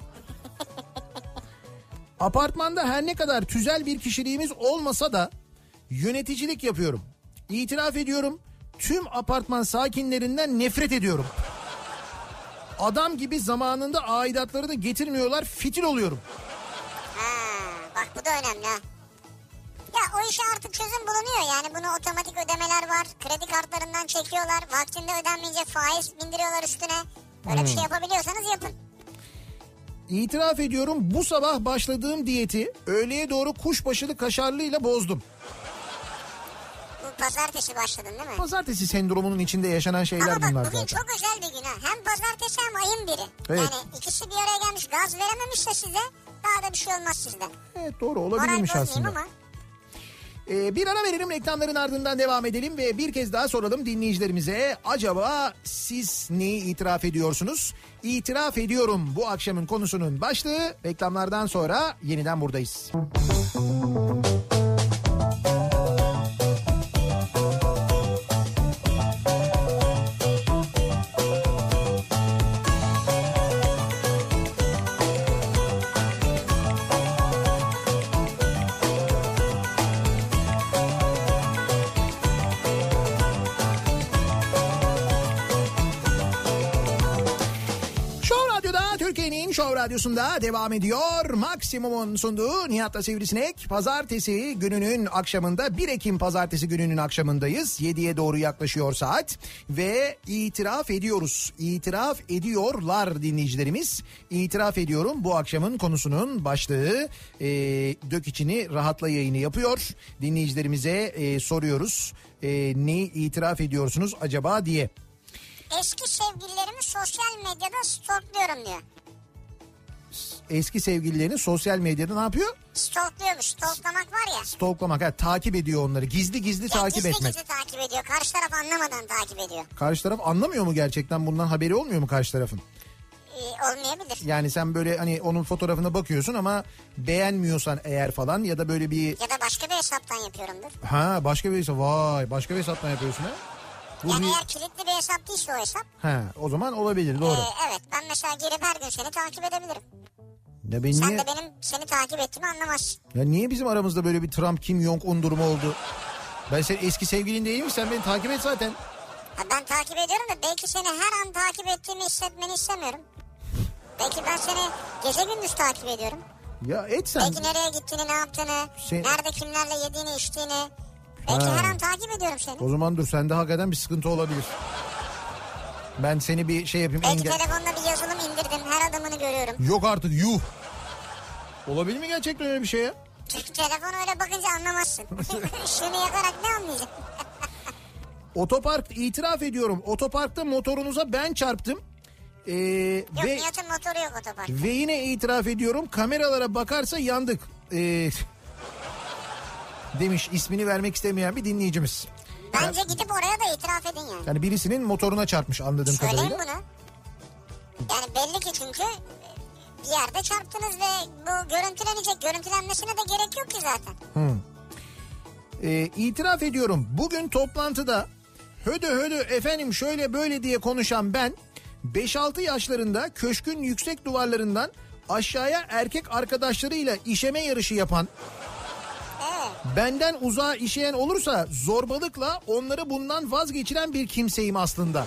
Apartmanda her ne kadar tüzel bir kişiliğimiz olmasa da yöneticilik yapıyorum. İtiraf ediyorum tüm apartman sakinlerinden nefret ediyorum. Adam gibi zamanında aidatları da getirmiyorlar, fitil oluyorum. Ha, bak bu da önemli ha. Ya o işe artık çözüm bulunuyor yani bunu otomatik ödemeler var. Kredi kartlarından çekiyorlar. Vaktinde ödenmeyince faiz bindiriyorlar üstüne. Böyle bir şey yapabiliyorsanız yapın. İtiraf ediyorum bu sabah başladığım diyeti öğleye doğru kuşbaşılı kaşarlıyla bozdum. Bu pazartesi başladın değil mi? Pazartesi sendromunun içinde yaşanan şeyler Ama bak bunlar bugün zaten. çok özel bir gün ha. Hem pazartesi hem ayın biri. Evet. Yani ikisi bir araya gelmiş gaz verememişse size daha da bir şey olmaz sizden. Evet doğru olabilirmiş Moral aslında. bozmayayım ama. Bir ara verelim, reklamların ardından devam edelim ve bir kez daha soralım dinleyicilerimize. Acaba siz neyi itiraf ediyorsunuz? İtiraf ediyorum bu akşamın konusunun başlığı. Reklamlardan sonra yeniden buradayız. Show Radyosu'nda devam ediyor. Maksimum'un sunduğu Nihat'la Sivrisinek. Pazartesi gününün akşamında, 1 Ekim pazartesi gününün akşamındayız. 7'ye doğru yaklaşıyor saat. Ve itiraf ediyoruz. İtiraf ediyorlar dinleyicilerimiz. İtiraf ediyorum bu akşamın konusunun başlığı. Dök içini rahatla yayını yapıyor. Dinleyicilerimize soruyoruz. Neyi itiraf ediyorsunuz acaba diye. Eski sevgililerimi sosyal medyada stalkluyorum diyor. eski sevgililerini sosyal medyada ne yapıyor? Stalkluyormuş. Stalklamak var ya. Stalklamak. Ha, takip ediyor onları. Gizli gizli takip etmek. Gizli takip ediyor. Karşı taraf anlamadan takip ediyor. Karşı taraf anlamıyor mu gerçekten, bundan haberi olmuyor mu karşı tarafın? Olmayabilir. Yani sen böyle hani onun fotoğrafına bakıyorsun ama beğenmiyorsan eğer falan ya da böyle bir... Ya da başka bir hesaptan yapıyorumdur. Ha, başka bir hesap. Vay, başka bir hesaptan yapıyorsun ha? Yani eğer kilitli bir hesap değilse o hesap. Ha, o zaman olabilir, doğru. Evet, ben mesela girip her gün seni takip edebilirim. Ya ben Sen niye... de benim seni takip ettiğimi anlamazsın. Ya niye bizim aramızda böyle bir Trump Kim Jong-un durumu oldu? Ben senin eski sevgilin değil mi? Sen beni takip et zaten. Ha, ben takip ediyorum da belki seni her an takip ettiğimi hissetmeni istemiyorum. Belki ben seni gece gündüz takip ediyorum. Ya et sen. Belki nereye gittiğini, ne yaptığını, nerede kimlerle yediğini, içtiğini. Belki her an takip ediyorum seni. O zaman dur, sende hakikaten bir sıkıntı olabilir. Ben seni bir şey yapayım. Belki telefonla bir yazılım indirdim, her adımını görüyorum. Yok artık, yuh. Olabilir mi gerçekten öyle bir şey ya? Çünkü telefonu öyle bakınca anlamazsın. Şunu yakarak ne anlayacaksın? Otopark, itiraf ediyorum. Otoparkta motorunuza ben çarptım. Yok, Nihat'ın motoru yok otoparkta. Ve yine itiraf ediyorum, kameralara bakarsa yandık. Demiş ismini vermek istemeyen bir dinleyicimiz. Bence gidip oraya da itiraf edin yani. Yani birisinin motoruna çarpmış anladığım kadarıyla. Söyleyin bunu. Yani belli ki çünkü bir yerde çarptınız ve bu görüntülenecek. Görüntülenmesine de gerek yok ki zaten. İtiraf ediyorum, bugün toplantıda hödö efendim şöyle böyle diye konuşan ben 5-6 yaşlarında köşkün yüksek duvarlarından aşağıya erkek arkadaşlarıyla işeme yarışı yapan, benden uzağa işeyen olursa zorbalıkla onları bundan vazgeçiren bir kimseyim aslında.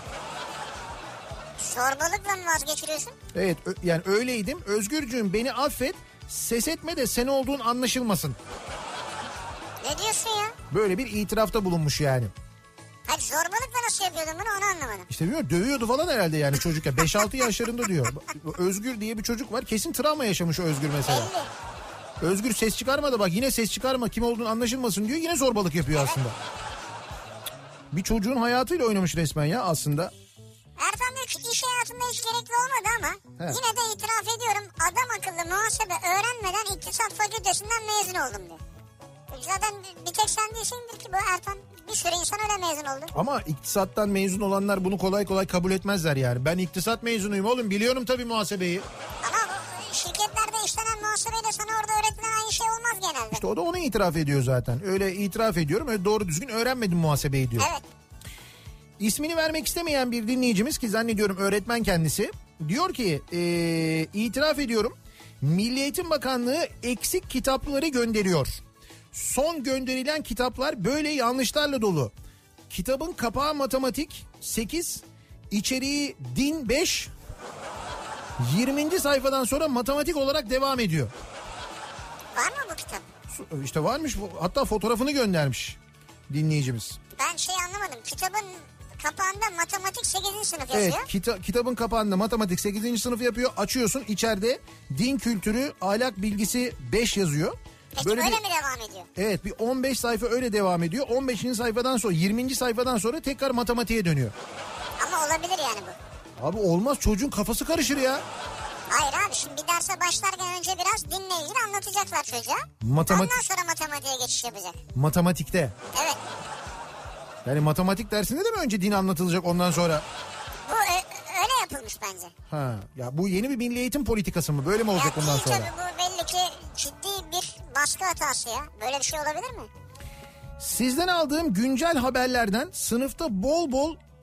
Zorbalıkla mı vazgeçiriyorsun? Evet, yani öyleydim. Özgürcüğüm beni affet, ses etme de sen olduğun anlaşılmasın. Ne diyorsun ya? Böyle bir itirafta bulunmuş yani. Hadi zorbalıkla nasıl yapıyordun bunu, onu anlamadım. İşte bilmiyorum, dövüyordu falan herhalde yani çocuk ya. 5-6 yaşlarında diyor. Özgür diye bir çocuk var, kesin travma yaşamış o Özgür mesela. Belli. Özgür ses çıkarma da bak, yine ses çıkarma, kim olduğunu anlaşılmasın diyor, yine zorbalık yapıyor aslında. Bir çocuğun hayatıyla oynamış resmen ya aslında. Ertan diyor ki iş hayatında hiç gerekli olmadı ama yine de itiraf ediyorum, adam akıllı muhasebe öğrenmeden iktisat fakültesinden mezun oldum diyor. Zaten bir tek sen değilsindir ki bu Ertan, bir sürü insan öyle mezun oldu. Ama iktisattan mezun olanlar bunu kolay kolay kabul etmezler yani. Ben iktisat mezunuyum oğlum, biliyorum tabii muhasebeyi. Ama şirketlerde işlenen muhasebeyle sana orada öğretilen aynı şey olmaz genelde. İşte o da onu itiraf ediyor zaten. Öyle itiraf ediyorum, öyle doğru düzgün öğrenmedim muhasebeyi diyor. Evet. İsmini vermek istemeyen bir dinleyicimiz, ki zannediyorum öğretmen kendisi, diyor ki itiraf ediyorum, Milli Eğitim Bakanlığı eksik kitapları gönderiyor. Son gönderilen kitaplar böyle yanlışlarla dolu. Kitabın kapağı matematik 8, içeriği din 5, 20. sayfadan sonra matematik olarak devam ediyor. Var mı bu kitap? İşte varmış, hatta fotoğrafını göndermiş dinleyicimiz. Ben anlamadım, kitabın kapağında matematik 8. sınıf yazıyor. Evet, kitabın kapağında matematik 8. sınıf yapıyor. Açıyorsun, içeride din kültürü, ahlak bilgisi 5 yazıyor. Peki böyle mi devam ediyor? Evet, bir 15 sayfa öyle devam ediyor. 15. sayfadan sonra 20. sayfadan sonra tekrar matematiğe dönüyor. Ama olabilir yani bu. Abi olmaz, çocuğun kafası karışır ya. Hayır abi, şimdi bir derse başlarken önce biraz dinle ilgili anlatacaklar çocuğa. Ondan sonra matematiğe geçiş yapacak. Matematikte. Evet. Yani matematik dersinde de mi önce din anlatılacak ondan sonra? Bu öyle yapılmış bence. Ha, ya bu yeni bir milli eğitim politikası mı? Böyle mi olacak bundan sonra? Tabii bu belli ki ciddi bir baskı hatası ya. Böyle bir şey olabilir mi? Sizden aldığım güncel haberlerden sınıfta bol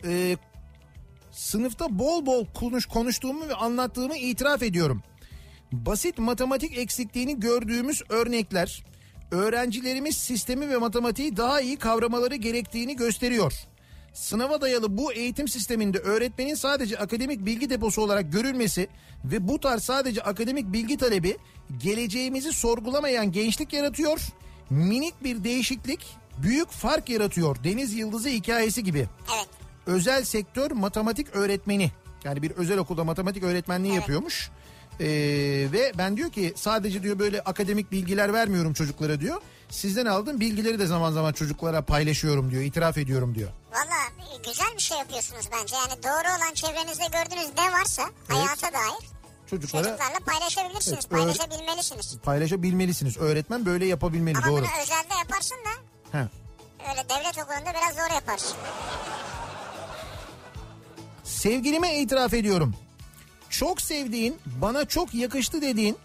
bol konuştuğumu ve anlattığımı itiraf ediyorum. Basit matematik eksikliğini gördüğümüz örnekler öğrencilerimiz sistemi ve matematiği daha iyi kavramaları gerektiğini gösteriyor. Sınava dayalı bu eğitim sisteminde öğretmenin sadece akademik bilgi deposu olarak görülmesi ve bu tarz sadece akademik bilgi talebi geleceğimizi sorgulamayan gençlik yaratıyor. Minik bir değişiklik büyük fark yaratıyor. Deniz Yıldızı hikayesi gibi. Evet. Özel sektör matematik öğretmeni, yani bir özel okulda matematik öğretmenliği yapıyormuş. Ve ben diyor ki sadece diyor böyle akademik bilgiler vermiyorum çocuklara diyor. Sizden aldığım bilgileri de zaman zaman çocuklara paylaşıyorum diyor, itiraf ediyorum diyor. Valla güzel bir şey yapıyorsunuz bence. Yani doğru olan çevrenizde gördüğünüz ne varsa hayata dair Çocuklarla paylaşabilirsiniz. Evet, paylaşabilmelisiniz. Paylaşabilmelisiniz. Öğretmen böyle yapabilmeli. Ama doğru. bunu özelde yaparsın da. He. Öyle devlet okulunda biraz zor yaparsın. Sevgilime itiraf ediyorum. Çok sevdiğin, bana çok yakıştı dediğin,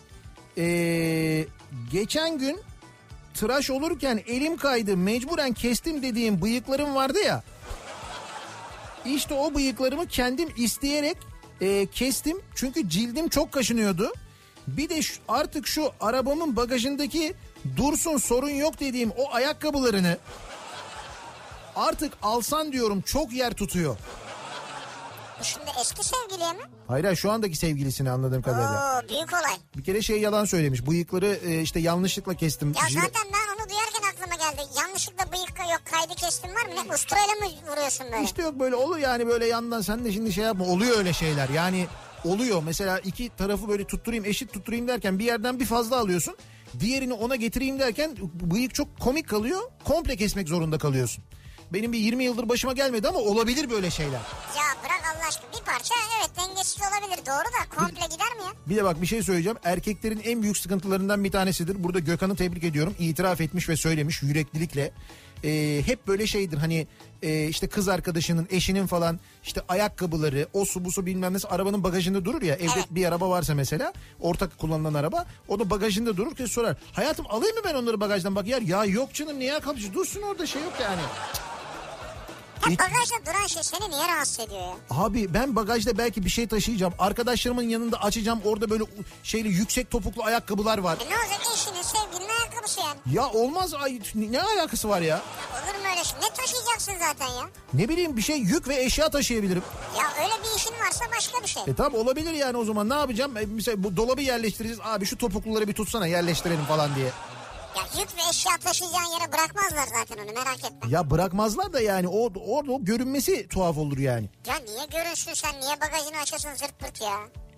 geçen gün tıraş olurken elim kaydı, mecburen kestim dediğim bıyıklarım vardı ya. İşte o bıyıklarımı kendim isteyerek kestim. Çünkü cildim çok kaşınıyordu. Bir de artık şu arabamın bagajındaki dursun sorun yok dediğim o ayakkabılarını artık alsan diyorum, çok yer tutuyor. Şimdi eski sevgiliye mi? Hayır, şu andaki sevgilisini anladığım kadarıyla. Oo, büyük olay. Bir kere yalan söylemiş. Bıyıkları işte yanlışlıkla kestim. Ya zaten ben onu duyarken aklıma geldi. Yanlışlıkla bıyık yok, kaydı kestim var mı? Ne usturayla mı vuruyorsun böyle? İşte yok, böyle olur yani, böyle yandan sen de şimdi yapma. Oluyor öyle şeyler yani, oluyor. Mesela iki tarafı böyle tutturayım, eşit tutturayım derken bir yerden bir fazla alıyorsun. Diğerini ona getireyim derken bıyık çok komik kalıyor. Komple kesmek zorunda kalıyorsun. Benim bir 20 yıldır başıma gelmedi ama olabilir böyle şeyler. Ya bırak Allah aşkına, bir parça evet dengesiz olabilir, doğru da komple gider mi ya? Bir de bak bir şey söyleyeceğim. Erkeklerin en büyük sıkıntılarından bir tanesidir. Burada Gökhan'ı tebrik ediyorum. İtiraf etmiş ve söylemiş yüreklilikle. Hep böyle şeydir hani işte kız arkadaşının, eşinin falan işte ayakkabıları, o su bu su bilmem nesi arabanın bagajında durur ya. Evde evet. Bir araba varsa mesela, ortak kullanılan araba, o da bagajında durur. Kız sorar, hayatım alayım mı ben onları bagajdan? Bak ya yok canım, niye kapıcı dursun orada, şey yok yani. Bagajda duran şey seni niye rahatsız ediyor ya? Abi ben bagajda belki bir şey taşıyacağım. Arkadaşlarımın yanında açacağım. Orada böyle şeyli yüksek topuklu ayakkabılar var. Ne olacak, eşinin, sevgilinin ayakkabısı yani. Ya olmaz, ne alakası var ya? Olur mu öyle şey? Ne taşıyacaksın zaten ya? Ne bileyim, bir şey, yük ve eşya taşıyabilirim. Ya öyle bir işin varsa başka bir şey. Tamam, olabilir yani, o zaman ne yapacağım? Mesela bu dolabı yerleştireceğiz. Abi şu topukluları bir tutsana, yerleştirelim falan diye. Ya yük ve eşya taşıyacağın yere bırakmazlar zaten onu, merak etme. Ya bırakmazlar da yani orada o görünmesi tuhaf olur yani. Ya niye görünsün, sen niye bagajını açasın zırt pırt ya?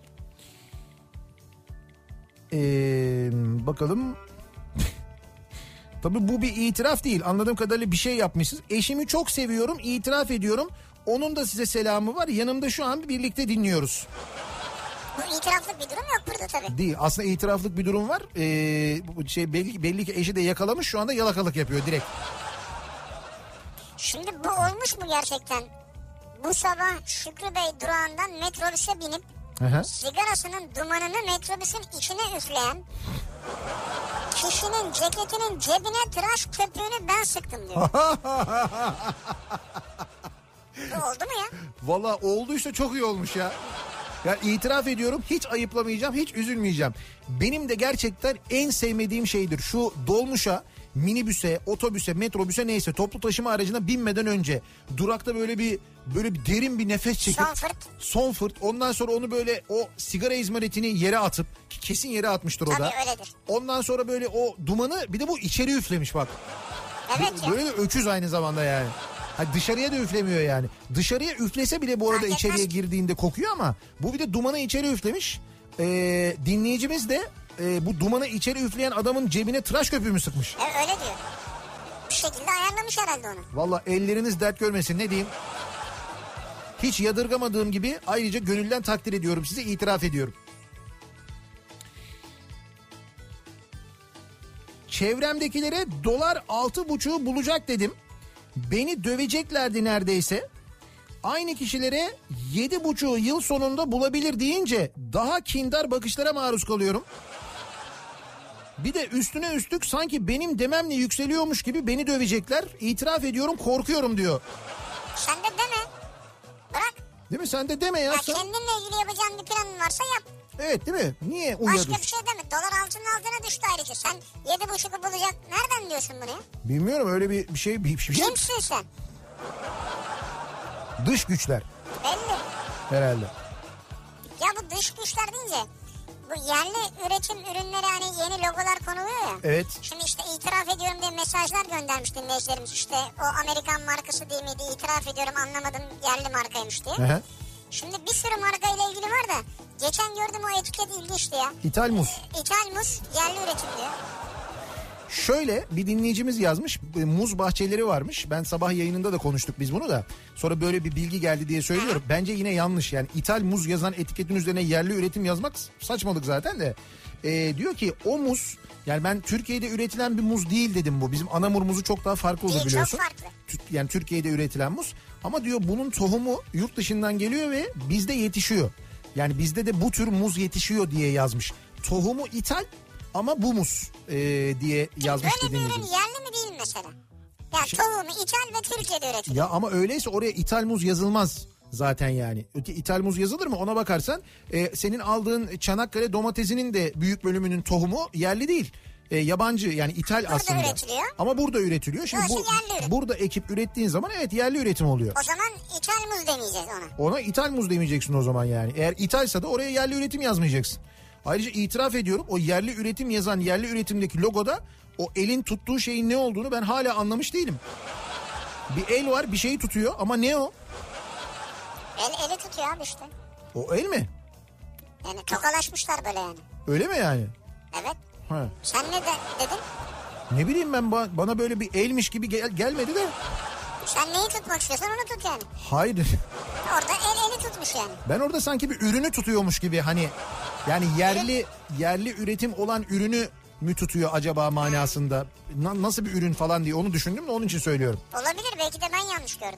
Bakalım. Tabii bu bir itiraf değil. Anladığım kadarıyla bir şey yapmışsınız. Eşimi çok seviyorum, itiraf ediyorum. Onun da size selamı var. Yanımda şu an birlikte dinliyoruz. Bu itiraflık bir durum yok burada tabii. Değil. Aslında itiraflık bir durum var. Belli ki eşi de yakalamış, şu anda yalakalık yapıyor direkt. Şimdi bu olmuş mu gerçekten? Bu sabah Şükrü Bey durağından metrobüse binip sigarasının dumanını metrobüsün içine üfleyen kişinin ceketinin cebine tıraş köpüğünü ben sıktım diyor. Bu oldu mu ya? Valla olduysa çok iyi olmuş ya. Ya itiraf ediyorum, hiç ayıplamayacağım, hiç üzülmeyeceğim. Benim de gerçekten en sevmediğim şeydir. Şu dolmuşa, minibüse, otobüse, metrobüse, neyse toplu taşıma aracına binmeden önce durakta böyle bir derin bir nefes çekip son fırt ondan sonra onu böyle o sigara izmaritini yere atıp, kesin yere atmıştır o da. Tabii öyledir. Ondan sonra böyle o dumanı, bir de bu içeri üflemiş bak. Evet ya. Böyle de öküz aynı zamanda yani. Dışarıya da üflemiyor yani. Dışarıya üflese bile bu arada içeriye girdiğinde kokuyor ama bu bir de dumanı içeri üflemiş. Dinleyicimiz de bu dumanı içeri üfleyen adamın cebine tıraş köpüğü mü sıkmış? Öyle diyor. Bir şekilde ayarlamış herhalde onu. Valla elleriniz dert görmesin, ne diyeyim. Hiç yadırgamadığım gibi ayrıca gönülden takdir ediyorum size, itiraf ediyorum. Çevremdekilere dolar 6,5'u bulacak dedim. Beni döveceklerdi neredeyse. Aynı kişilere 7,5 yıl sonunda bulabilir deyince daha kindar bakışlara maruz kalıyorum. Bir de üstüne üstlük sanki benim dememle yükseliyormuş gibi beni dövecekler. İtiraf ediyorum, korkuyorum diyor. Sen de deme. Bırak. Değil mi? Sen de deme ya. Ya kendinle ilgili yapacağın bir planın varsa yap. Evet, değil mi? Niye uyarıyorsun? Başka bir şey deme. Dolar altının altına düştü ayrıca. Sen 7,5'u bulacak. Nereden diyorsun bunu ya? Bilmiyorum, öyle bir şey. Kimsin sen? Dış güçler. Belli. Herhalde. Ya bu dış güçler deyince bu yerli üretim ürünleri, hani yeni logolar konuluyor ya. Evet. Şimdi işte itiraf ediyorum diye mesajlar göndermiş dinleyicilerimiz. İşte o Amerikan markası değil miydi? İtiraf ediyorum, anlamadım, yerli markaymış diye. Hı. Şimdi bir sürü markayla ilgili var da geçen gördüm, o etiket ilginçti ya. İthal muz. İthal muz, yerli üretim diyor. Şöyle bir dinleyicimiz yazmış, muz bahçeleri varmış. Ben sabah yayınında da konuştuk biz bunu da. Sonra böyle bir bilgi geldi diye söylüyorum. Bence yine yanlış yani, ithal muz yazan etiketin üzerine yerli üretim yazmak saçmalık zaten de. Diyor ki o muz, yani ben Türkiye'de üretilen bir muz değil dedim bu. Bizim Anamur muzu çok daha farklı olur biliyorsun. Çok farklı. Yani Türkiye'de üretilen muz. Ama diyor bunun tohumu yurt dışından geliyor ve bizde yetişiyor. Yani bizde de bu tür muz yetişiyor diye yazmış. Tohumu ithal ama bu muz diye yazmış. Böyle bir ürün yerli mi değil mi mesela? Ya tohumu ithal ve Türkiye'de üretiliyor. Ya ama öyleyse oraya ithal muz yazılmaz zaten yani. İthal muz yazılır mı ona bakarsan senin aldığın Çanakkale domatesinin de büyük bölümünün tohumu yerli değil. Yabancı yani ithal burada aslında. Üretiliyor. Ama burada üretiliyor. Şimdi burada ekip ürettiğin zaman evet yerli üretim oluyor. O zaman ithal muz demeyeceğiz ona. Ona ithal muz demeyeceksin o zaman yani. Eğer ithalsa da oraya yerli üretim yazmayacaksın. Ayrıca itiraf ediyorum, o yerli üretim yazan yerli üretimdeki logoda o elin tuttuğu şeyin ne olduğunu ben hala anlamış değilim. Bir el var, bir şeyi tutuyor ama ne o? Eli tutuyor abi işte. O el mi? Yani tokalaşmışlar böyle yani. Öyle mi yani? Evet. Ha. Sen ne dedin? Ne bileyim ben, bana böyle bir elmiş gibi gelmedi de. Sen neyi tutmak istiyorsan onu tut yani. Hayır. Orada eli tutmuş yani. Ben orada sanki bir ürünü tutuyormuş gibi, hani yani yerli üretim olan ürünü mü tutuyor acaba manasında? Nasıl bir ürün falan diye onu düşündüm de onun için söylüyorum. Olabilir, belki de ben yanlış gördüm.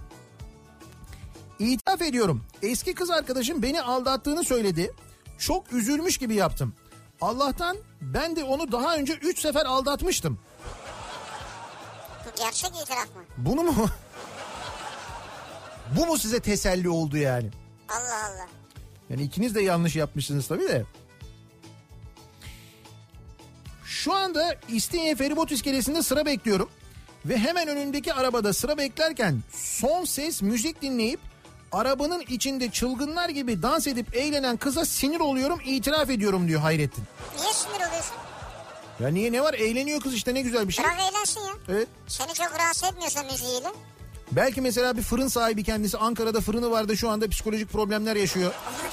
İtiraf ediyorum. Eski kız arkadaşım beni aldattığını söyledi. Çok üzülmüş gibi yaptım. Allah'tan ben de onu daha önce 3 sefer aldatmıştım. Bu gerçek itiraf mı? Bunu mu? Bu mu size teselli oldu yani? Allah Allah. Yani ikiniz de yanlış yapmışsınız tabii de. Şu anda İstinye Feribot iskelesinde sıra bekliyorum. Ve hemen önündeki arabada sıra beklerken son ses müzik dinleyip arabanın içinde çılgınlar gibi dans edip eğlenen kıza sinir oluyorum, itiraf ediyorum diyor Hayrettin. Niye sinir oluyorsun? Ya niye, ne var, eğleniyor kız işte, ne güzel bir şey. Bırak eğlensin ya. Evet. Seni çok rahatsız etmiyorsa müziğiyle. Belki mesela bir fırın sahibi kendisi, Ankara'da fırını vardı, şu anda psikolojik problemler yaşıyor.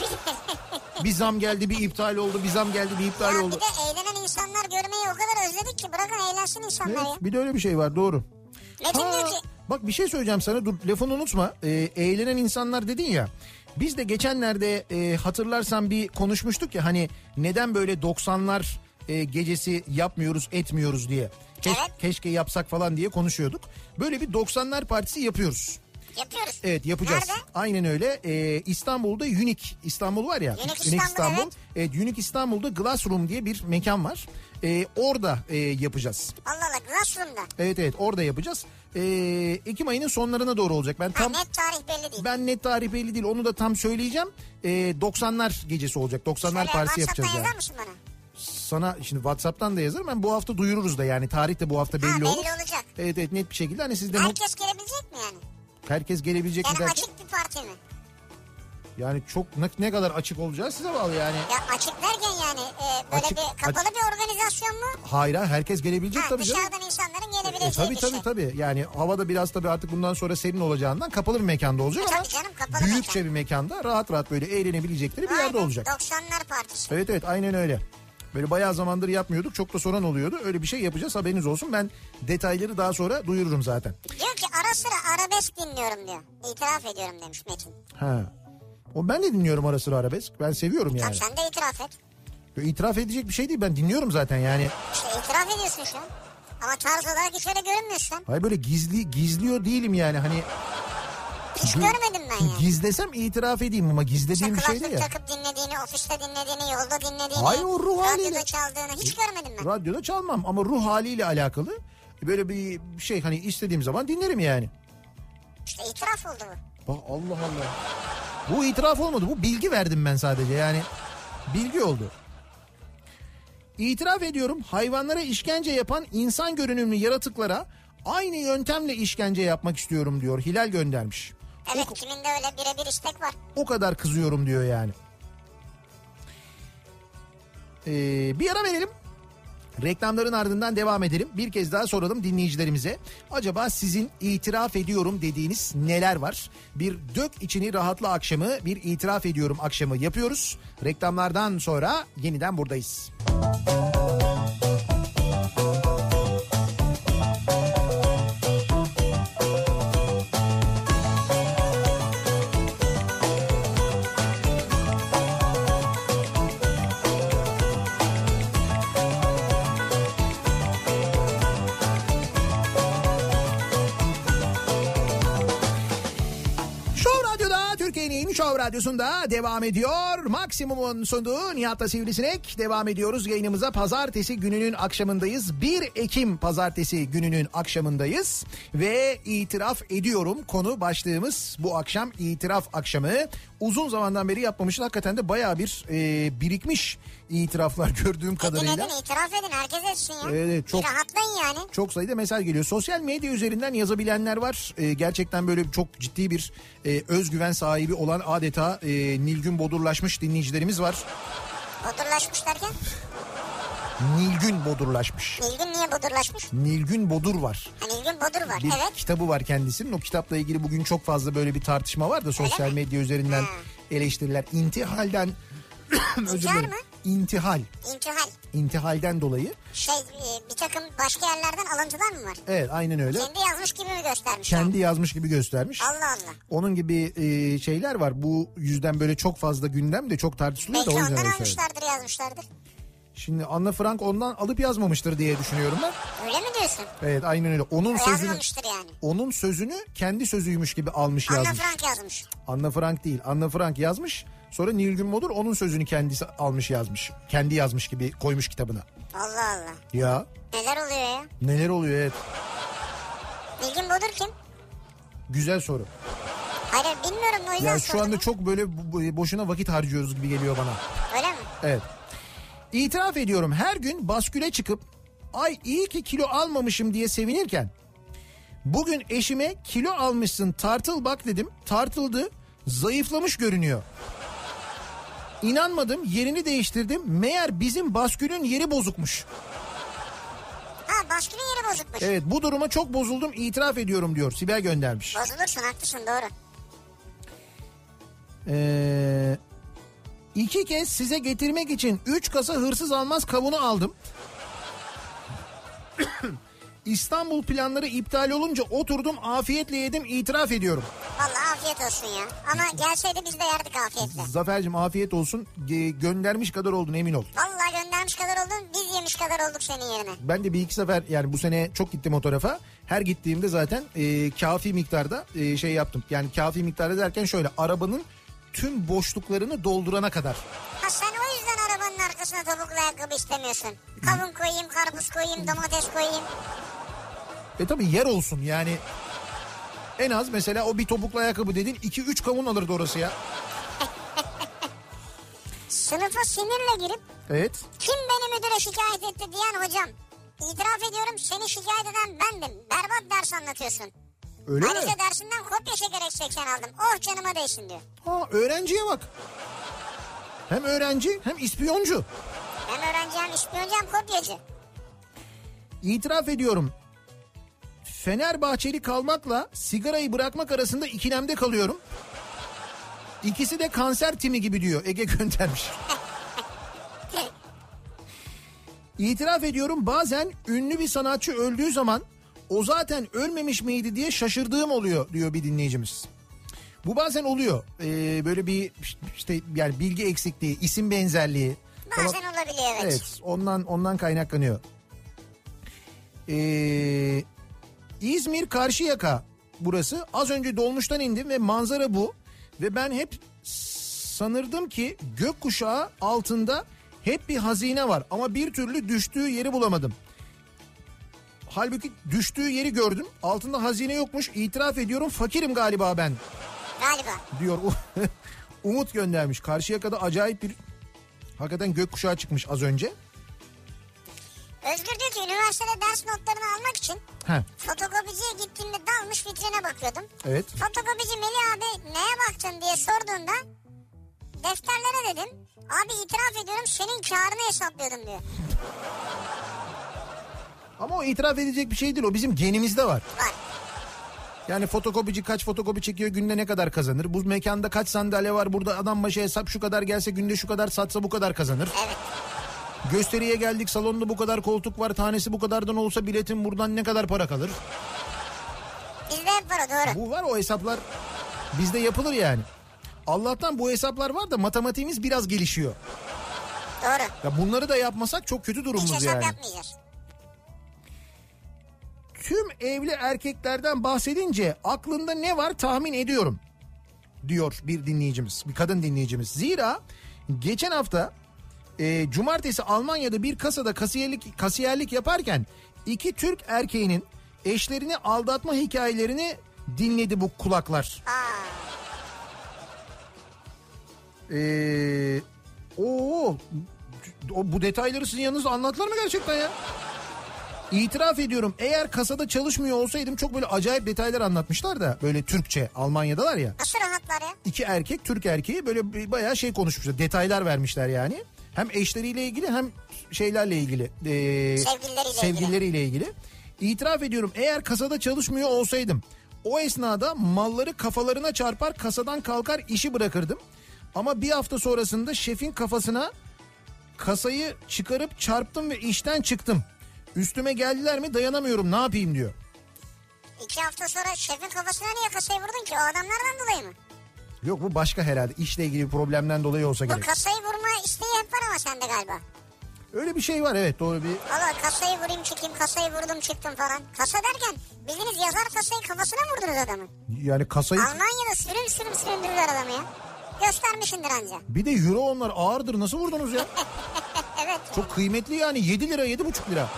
Bir zam geldi bir iptal oldu, bir zam geldi bir iptal oldu. Bir de eğlenen insanlar görmeyi o kadar özledik ki bırakın eğlensin insanlar Evet, ya. bir de öyle bir şey var, doğru. Metin diyor ki. Bak bir şey söyleyeceğim sana, dur lafını unutma. Eğlenen insanlar dedin ya. Biz de geçenlerde hatırlarsan bir konuşmuştuk ya, hani neden böyle 90'lar gecesi yapmıyoruz etmiyoruz diye. Evet. Keşke yapsak falan diye konuşuyorduk. Böyle bir 90'lar partisi yapıyoruz. Yapıyoruz. Evet, yapacağız. Nerede? Aynen öyle. İstanbul'da Unique İstanbul var ya. Unique İstanbul. Evet, Unique İstanbul'da Glass Room diye bir mekan var. Orada yapacağız. Allah Allah, Glassroom'da. Evet orada yapacağız. Ekim ayının sonlarına doğru olacak. Ben tam net tarih belli değil. Ben net tarih belli değil. Onu da tam söyleyeceğim. 90'lar gecesi olacak. 90'lar partisi yapacağız yani. yani. Mısın bana? Sana şimdi WhatsApp'tan da yazarım. Ben bu hafta duyururuz da yani. Tarih de bu hafta belli olur. Belli olacak. Evet net bir şekilde. Hani sizden herkes gelebilecek mi yani? Herkes gelebilecek mi? Yani açık bir parti mi? Yani çok ne kadar açık olacağı size bağlı yani. Ya açık derken yani böyle açık, bir kapalı bir organizasyon mu? Hayır herkes gelebilecek tabii canım. Dışarıdan insanların gelebileceği bir şey. Tabii. Yani havada biraz tabii artık bundan sonra serin olacağından kapalı bir mekanda olacak ama canım, kapalı büyükçe bir mekanda rahat böyle eğlenebilecekleri bir yerde olacak. 90'lar partisi. Evet aynen öyle. Böyle bayağı zamandır yapmıyorduk. Çok da soran oluyordu. Öyle bir şey yapacağız, haberiniz olsun. Ben detayları daha sonra duyururum zaten. Diyor ki ara sıra arabesk dinliyorum diyor. İtiraf ediyorum demiş Metin. Ha. O ben de dinliyorum ara sıra arabesk. Ben seviyorum yani. Tamam, sen de itiraf et. İtiraf edecek bir şey değil, ben dinliyorum zaten yani. İşte itiraf ediyorsun şu an. Ama tarz olarak hiç öyle görünmüyorsun. Hayır böyle gizliyor değilim yani hani. Hiç görmedim ben yani. Gizlesem itiraf edeyim ama gizlediğim bir şey değil ya. Takıp dinlediğini, ofiste dinlediğini, yolda dinlediğini. Hayır, o ruh haliyle. Radyoda çaldığını hiç görmedim ben. Radyoda çalmam ama ruh haliyle alakalı. Böyle bir şey, hani istediğim zaman dinlerim yani. İşte itiraf oldu bu. Bak Allah Allah. Bu itiraf olmadı, bu bilgi verdim ben sadece yani. Bilgi oldu. İtiraf ediyorum, hayvanlara işkence yapan insan görünümlü yaratıklara aynı yöntemle işkence yapmak istiyorum diyor. Hilal göndermiş. Evet, kiminde öyle birebir istek var. O kadar kızıyorum diyor yani. Bir ara verelim. Reklamların ardından devam edelim. Bir kez daha soralım dinleyicilerimize. Acaba sizin itiraf ediyorum dediğiniz neler var? Bir dök içini rahatla akşamı, bir itiraf ediyorum akşamı yapıyoruz. Reklamlardan sonra yeniden buradayız. Modern Show Radyosu'nda devam ediyor. Maksimum'un sunduğu Nihat'la Sivrisinek. Devam ediyoruz yayınımıza. Pazartesi gününün akşamındayız. 1 Ekim pazartesi gününün akşamındayız. Ve itiraf ediyorum, konu başlığımız bu akşam itiraf akşamı. Uzun zamandan beri yapmamışız. Hakikaten de bayağı bir birikmiş itiraflar gördüğüm kadarıyla. Edin itiraf edin, herkes etsin ya. Evet, çok, bir rahatlayın yani. Çok sayıda mesaj geliyor. Sosyal medya üzerinden yazabilenler var. Gerçekten böyle çok ciddi bir özgüven sahibi olan, adeta Nilgün Bodurlaşmış dinleyicilerimiz var. Bodurlaşmış derken? Nilgün Bodurlaşmış. Nilgün niye bodurlaşmış? Nilgün Bodur var. Ha, Nilgün Bodur var, Bir evet. kitabı var kendisinin. O kitapla ilgili bugün çok fazla böyle bir tartışma var da sosyal medya üzerinden eleştiriler. İntihalden İntihar mı? İntihal. İntihal. İntihalden dolayı. Bir takım başka yerlerden alıntılar mı var? Evet, aynen öyle. Kendi yazmış gibi mi göstermiş? Kendi yazmış gibi göstermiş. Allah Allah. Onun gibi şeyler var. Bu yüzden böyle çok fazla gündem de çok tartışılıyor da Belki o yüzden ondan öyle almışlardır, yazmışlardır. Şimdi Anna Frank ondan alıp yazmamıştır diye düşünüyorum ben. Öyle mi diyorsun? Evet, aynen öyle. Yazmamıştır yani. Onun sözünü kendi sözüymüş gibi almış, yazmış. Anna Frank yazmış. Anna Frank değil. Anna Frank yazmış. Sonra Nilgün Bodur onun sözünü kendisi almış, yazmış. Kendi yazmış gibi koymuş kitabına. Allah Allah. Ya. Neler oluyor ya? Neler oluyor, evet. Nilgün Bodur kim? Güzel soru. Hayır, bilmiyorum, o yüzden Ya şu anda sordum. çok böyle boşuna vakit harcıyoruz gibi geliyor bana. Öyle mi? Evet. İtiraf ediyorum, her gün basküle çıkıp ay iyi ki kilo almamışım diye sevinirken bugün eşime kilo almışsın tartıl bak dedim. Tartıldı, zayıflamış görünüyor. İnanmadım, yerini değiştirdim. Meğer bizim baskülün yeri bozukmuş. Ha, baskülün yeri bozukmuş. Evet, bu duruma çok bozuldum, itiraf ediyorum diyor. Sibel göndermiş. Bozulursun, haklısın, doğru. 2 kez size getirmek için 3 kasa hırsız almaz kavunu aldım. İstanbul planları iptal olunca oturdum, afiyetle yedim, itiraf ediyorum. Vallahi afiyet olsun ya. Ama gelseydi biz de yerdik afiyetle. Zafer'cim afiyet olsun. Göndermiş kadar oldun, emin ol. Vallahi göndermiş kadar oldun, biz yemiş kadar olduk senin yerine. Ben de bir iki sefer, yani bu sene çok gittim o tarafa. Her gittiğimde zaten kafi miktarda şey yaptım. Yani kafi miktarda derken şöyle, arabanın tüm boşluklarını doldurana kadar. Ha, sen o yüzden arabanın arkasına topuklu ayakkabı istemiyorsun. Kavun koyayım, karpuz koyayım, domates koyayım. Tabii yer olsun yani. En az mesela o bir topuklu ayakkabı dedin, 2-3 kavun alırdı orası ya. Sınıfa sinirle girip Evet. kim beni müdüre şikayet etti diyen hocam. İtiraf ediyorum, seni şikayet eden bendim. Berbat ders anlatıyorsun. Öyle mi? Ayrıca dersinden kopya çekerek 80 aldım. Oh, canıma değsin diyor. Ha, öğrenciye bak. Hem öğrenci hem ispiyoncu. Hem öğrenci hem ispiyoncu hem kopyacı. İtiraf ediyorum. Fenerbahçeli kalmakla sigarayı bırakmak arasında ikilemde kalıyorum. İkisi de kanser timi gibi diyor. Ege göndermiş. İtiraf ediyorum, bazen ünlü bir sanatçı öldüğü zaman o zaten ölmemiş miydi diye şaşırdığım oluyor diyor bir dinleyicimiz. Bu bazen oluyor. Böyle bir işte yani bilgi eksikliği, isim benzerliği. Bazen olabiliyor, evet. Evet, ondan kaynaklanıyor. İzmir Karşıyaka burası. Az önce dolmuştan indim ve manzara bu. Ve ben hep sanırdım ki gökkuşağı altında hep bir hazine var. Ama bir türlü düştüğü yeri bulamadım. Halbuki düştüğü yeri gördüm. Altında hazine yokmuş. İtiraf ediyorum, fakirim galiba ben. Galiba. Diyor. Umut göndermiş. Karşıyaka'da acayip bir hakikaten gökkuşağı çıkmış az önce. Özgür diyor ki üniversitede ders notlarını almak için fotokopiciye gittiğimde dalmış vitrine bakıyordum. Evet. Fotokopici Melih abi neye baktın diye sorduğunda defterlere dedim. Abi itiraf ediyorum, senin kârını hesaplıyordum diyor. Ama o itiraf edecek bir şey değil, o bizim genimizde var. Var. Yani fotokopici kaç fotokopi çekiyor, günde ne kadar kazanır? Bu mekanda kaç sandalye var, burada adam başı hesap şu kadar gelse, günde şu kadar satsa bu kadar kazanır. Evet. Gösteriye geldik, salonda bu kadar koltuk var, tanesi bu kadardan olsa biletin buradan ne kadar para kalır? Bizde hep var o, doğru. Bu var, o hesaplar bizde yapılır yani. Allah'tan bu hesaplar var da matematiğimiz biraz gelişiyor. Doğru. Ya bunları da yapmasak çok kötü durumumuz hiç hesap yani. yapmayacağız. Tüm evli erkeklerden bahsedince aklında ne var tahmin ediyorum. diyor bir dinleyicimiz, bir kadın dinleyicimiz. Zira geçen hafta cumartesi Almanya'da bir kasada kasiyerlik yaparken 2 Türk erkeğinin eşlerini aldatma hikayelerini dinledi bu kulaklar. Bu detayları sizin yanınızda anlattılar mı gerçekten ya? İtiraf ediyorum, eğer kasada çalışmıyor olsaydım çok böyle acayip detaylar anlatmışlar da, böyle Türkçe, Almanya'dalar ya. Nasıl rahatlar ya? 2 erkek, Türk erkeği böyle bayağı şey konuşmuşlar, detaylar vermişler yani. Hem eşleriyle ilgili hem şeylerle ilgili, sevgilileriyle ilgili. İtiraf ediyorum, eğer kasada çalışmıyor olsaydım o esnada malları kafalarına çarpar, kasadan kalkar, işi bırakırdım. Ama bir hafta sonrasında şefin kafasına kasayı çıkarıp çarptım ve işten çıktım. Üstüme geldiler mi dayanamıyorum, ne yapayım diyor. 2 hafta sonra şefin kafasına niye kasayı vurdun ki? O adamlardan dolayı mı? Yok, bu başka herhalde, işle ilgili bir problemden dolayı olsa gerek. Bu kasayı vurma isteği hep var ama sende galiba. Öyle bir şey var, evet, doğru bir. Valla kasayı vurayım çıkayım, kasayı vurdum çıktım falan. Kasa derken bildiğiniz yazar kasayı kafasına vurdunuz adamın. Yani kasayı. Almanya'da sürüm süründürürler adamı ya. Göstermişindir anca. Bir de euro onlar ağırdır, nasıl vurdunuz ya? Evet. Çok kıymetli yani, 7 lira 7,5 lira.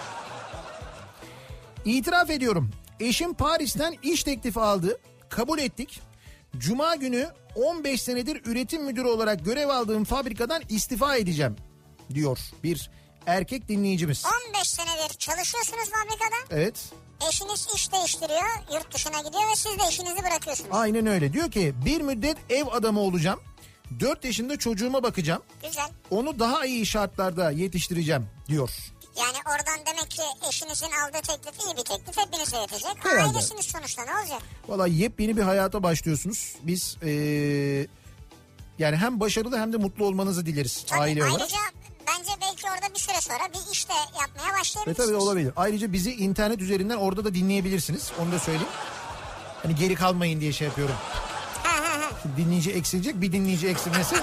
İtiraf ediyorum, eşim Paris'ten iş teklifi aldı, kabul ettik. Cuma günü 15 senedir üretim müdürü olarak görev aldığım fabrikadan istifa edeceğim diyor bir erkek dinleyicimiz. 15 senedir çalışıyorsunuz fabrikada. Evet. Eşiniz iş değiştiriyor, yurt dışına gidiyor ve siz de işinizi bırakıyorsunuz. Aynen öyle. Diyor ki bir müddet ev adamı olacağım. 4 yaşında çocuğuma bakacağım. Güzel. Onu daha iyi şartlarda yetiştireceğim diyor. Yani oradan demek ki eşinizin aldığı teklif iyi bir teklif, hepinize yetecek. Herhalde. Ailesiniz sonuçta, ne olacak? Valla yepyeni bir hayata başlıyorsunuz. Biz yani hem başarılı hem de mutlu olmanızı dileriz aile olarak. Ayrıca bence belki orada bir süre sonra bir iş de yapmaya başlayabilirsiniz. Tabii olabilir. Ayrıca bizi internet üzerinden orada da dinleyebilirsiniz. Onu da söyleyeyim. Hani geri kalmayın diye şey yapıyorum. Dinleyici eksilecek, bir dinleyici eksilmesi.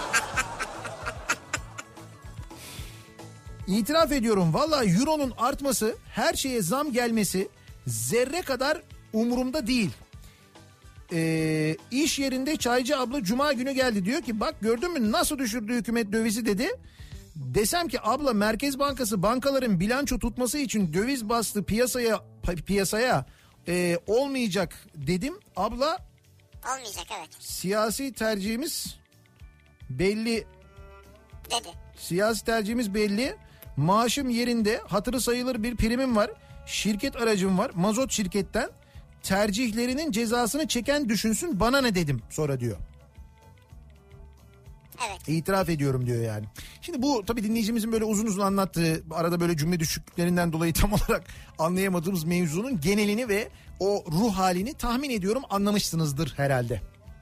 İtiraf ediyorum, valla euronun artması, her şeye zam gelmesi zerre kadar umurumda değil. İş yerinde çaycı abla cuma günü geldi, diyor ki bak gördün mü nasıl düşürdü hükümet dövizi dedi. Desem ki abla Merkez Bankası bankaların bilanço tutması için döviz bastı piyasaya olmayacak dedim. Abla olmayacak, evet. Siyasi tercihimiz belli dedi. Siyasi tercihimiz belli. Maaşım yerinde, hatırı sayılır bir primim var. Şirket aracım var, mazot şirketten. Tercihlerinin cezasını çeken düşünsün, bana ne dedim sonra diyor. Evet. İtiraf ediyorum diyor yani. Şimdi bu tabii dinleyicimizin böyle uzun uzun anlattığı, arada böyle cümle düşüklerinden dolayı tam olarak anlayamadığımız mevzunun genelini ve o ruh halini tahmin ediyorum anlamışsınızdır herhalde.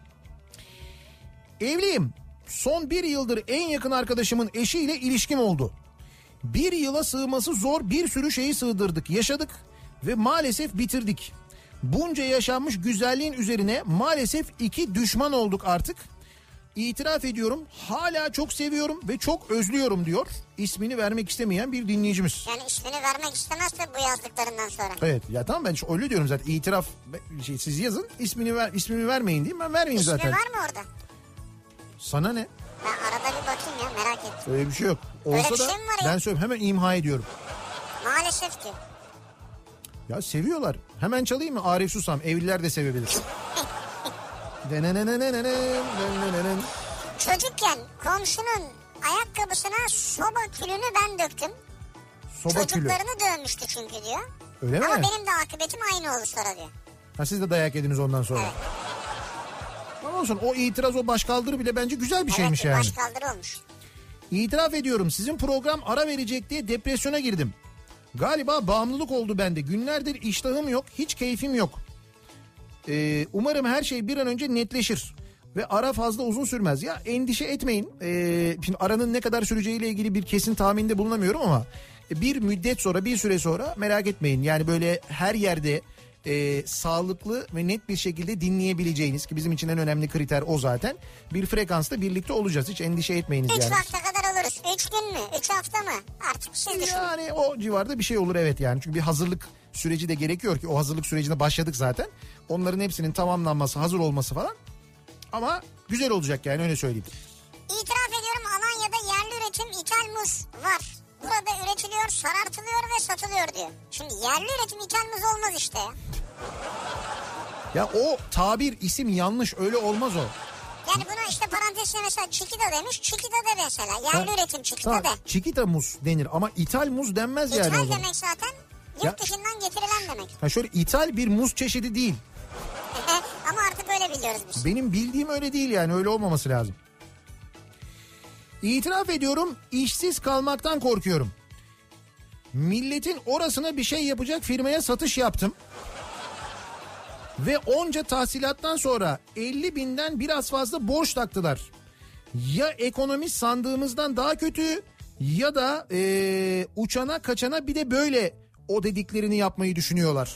Evliyim. Son 1 yıldır en yakın arkadaşımın eşiyle ilişkim oldu. 1 yıla sığması zor bir sürü şeyi sığdırdık, yaşadık ve maalesef bitirdik. Bunca yaşanmış güzelliğin üzerine maalesef 2 düşman olduk artık. İtiraf ediyorum, hala çok seviyorum ve çok özlüyorum diyor. İsmini vermek istemeyen bir dinleyicimiz. Yani ismini vermek istemez de bu yazdıklarından sonra. Evet ya, tamam, ben öyle diyorum zaten, itiraf siz yazın, ismini vermeyin diyeyim, ben vermeyeyim İsmi zaten. var mı orada? Sana ne? Ben arada bir bakayım ya, merak ettim. Öyle bir şey yok. Öyle Olsa bir da şey mi var ya? ben söyleyeyim, hemen imha ediyorum. Maalesef diyor. Ya seviyorlar. Hemen çalayım mı? Arif Susam. Evliler de sevebilir. Çocukken komşunun ayakkabısına soba külünü ben döktüm. Soba külü. Çocuklarını dövmüştü çünkü diyor. Öyle mi? Ama benim de akıbetim aynı oldu sonra diyor. Ha, siz de dayak yediniz ondan sonra. Evet. Ama olsun, o itiraz, o başkaldırı bile bence güzel bir şeymiş yani. Evet, başkaldırı olmuş. İtiraf ediyorum, sizin program ara verecek diye depresyona girdim. Galiba bağımlılık oldu bende. Günlerdir iştahım yok, hiç keyfim yok. Umarım her şey bir an önce netleşir. Ve ara fazla uzun sürmez. Ya endişe etmeyin. Şimdi aranın ne kadar süreceğiyle ilgili bir kesin tahminde bulunamıyorum ama bir müddet sonra, bir süre sonra merak etmeyin. Yani böyle her yerde sağlıklı ve net bir şekilde dinleyebileceğiniz, ki bizim için en önemli kriter o zaten. Bir frekansta birlikte olacağız. Hiç endişe etmeyiniz 3 yani. 3 vakte kadar oluruz. 3 gün mü? 3 hafta mı? Artık siz düşünün. Yani o civarda bir şey olur, evet yani. Çünkü bir hazırlık süreci de gerekiyor ki, o hazırlık sürecine başladık zaten. Onların hepsinin tamamlanması, hazır olması falan. ama güzel olacak yani, öyle söyleyeyim. İtiraf ediyorum, Alanya'da yerli üretim ithal muz var. Burada üretiliyor, sarartılıyor ve satılıyor diyor. Şimdi yerli üretim ithal muz olmaz işte ya. Ya o tabir, isim yanlış, öyle olmaz o. Yani buna işte parantezine mesela Çikita demiş. Çikita de mesela yerli üretim Çikita de. Çikita muz denir ama ithal muz denmez yani. İthal demek zaten yurt dışından getirilen demek. Ha şöyle, ithal bir muz çeşidi değil. Ama artık öyle biliyoruz biz. Benim bildiğim öyle değil yani, öyle olmaması lazım. İtiraf ediyorum, işsiz kalmaktan korkuyorum. Milletin orasına bir şey yapacak firmaya satış yaptım. Ve onca tahsilattan sonra 50 binden biraz fazla borç taktılar. Ya ekonomi sandığımızdan daha kötü ya da uçana kaçana bir de böyle o dediklerini yapmayı düşünüyorlar.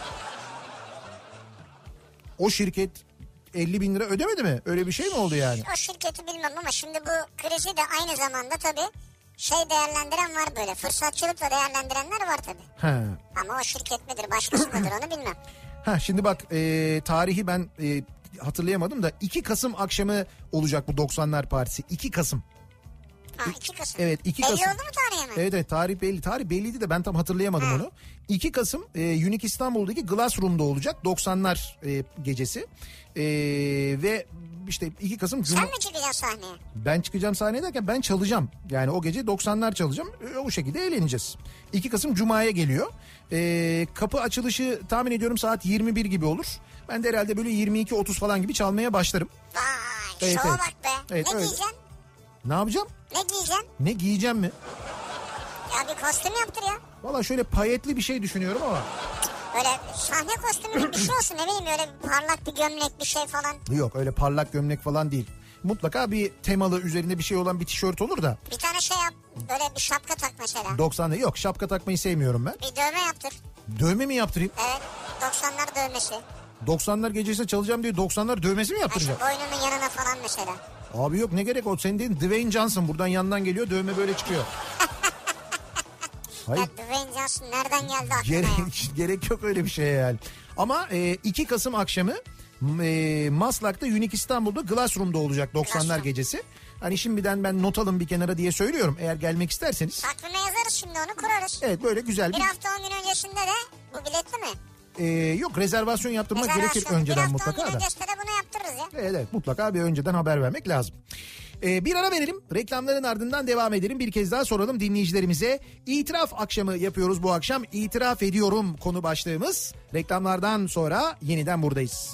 O şirket 50 bin lira ödemedi mi? Öyle bir şey mi oldu yani? O şirketi bilmem ama şimdi bu krizi de aynı zamanda tabii değerlendiren var böyle. Fırsatçılıkla değerlendirenler var tabii. He. Ama o şirket midir başkası mıdır onu bilmem. Ha şimdi bak, tarihi ben hatırlayamadım da 2 Kasım akşamı olacak bu 90'lar Partisi. 2 Kasım. Ha 2 Kasım. Evet 2 Kasım. Belli oldu mu tarihi mi? Evet tarih belli. Tarih belliydi de ben tam hatırlayamadım onu. 2 Kasım Unique İstanbul'daki Glass Room'da olacak 90'lar gecesi. Ve işte 2 Kasım... Sen mi çıkacaksın sahneye? Ben çıkacağım sahneye derken ben çalacağım. Yani o gece 90'lar çalacağım. O şekilde eğleneceğiz. 2 Kasım Cuma'ya geliyor. Kapı açılışı tahmin ediyorum saat 21 gibi olur. Ben de herhalde böyle 22-30 falan gibi çalmaya başlarım. Vay şova bak be. Evet, ne öyle. giyeceksin? Ne yapacağım? Ne giyeceksin? Ne giyeceğim mi? Ya bir kostüm yaptır ya. Valla şöyle payetli bir şey düşünüyorum ama. Böyle sahne kostümü gibi bir şey olsun, ne bileyim, öyle parlak bir gömlek bir şey falan. Yok öyle parlak gömlek falan değil. Mutlaka bir temalı, üzerinde bir şey olan bir tişört olur da. Bir tane şey yap, böyle bir şapka tak mesela. 90'da yok, şapka takmayı sevmiyorum ben. Bir dövme yaptır. Dövme mi yaptırayım? Evet, 90'lar dövmesi. 90'lar gecesi çalacağım diye 90'lar dövmesi mi yaptıracağım? Boynunun yanına falan mesela. Abi yok, ne gerek, o senin dediğin Dwayne Johnson buradan yandan geliyor, dövme böyle çıkıyor. Hayır. Ya Dwayne Johnson nereden geldi aklına ya? Gerek yok öyle bir şeye yani. Ama 2 Kasım akşamı Maslak'ta Unique İstanbul'da Glass Room'da olacak 90'lar gecesi. Hani şimdiden ben not alın bir kenara diye söylüyorum. Eğer gelmek isterseniz. Takvime yazarız şimdi, onu kurarız. Evet, böyle güzel bir hafta 10 gün öncesinde de bu biletli mi? Yok, rezervasyon yaptırmak gerekir önceden mutlaka da. Bir hafta 10 gün öncesinde de bunu yaptırırız ya. Evet, mutlaka bir önceden haber vermek lazım. Bir ara verelim, reklamların ardından devam edelim. Bir kez daha soralım dinleyicilerimize. İtiraf akşamı yapıyoruz bu akşam. İtiraf ediyorum konu başlığımız. Reklamlardan sonra yeniden buradayız.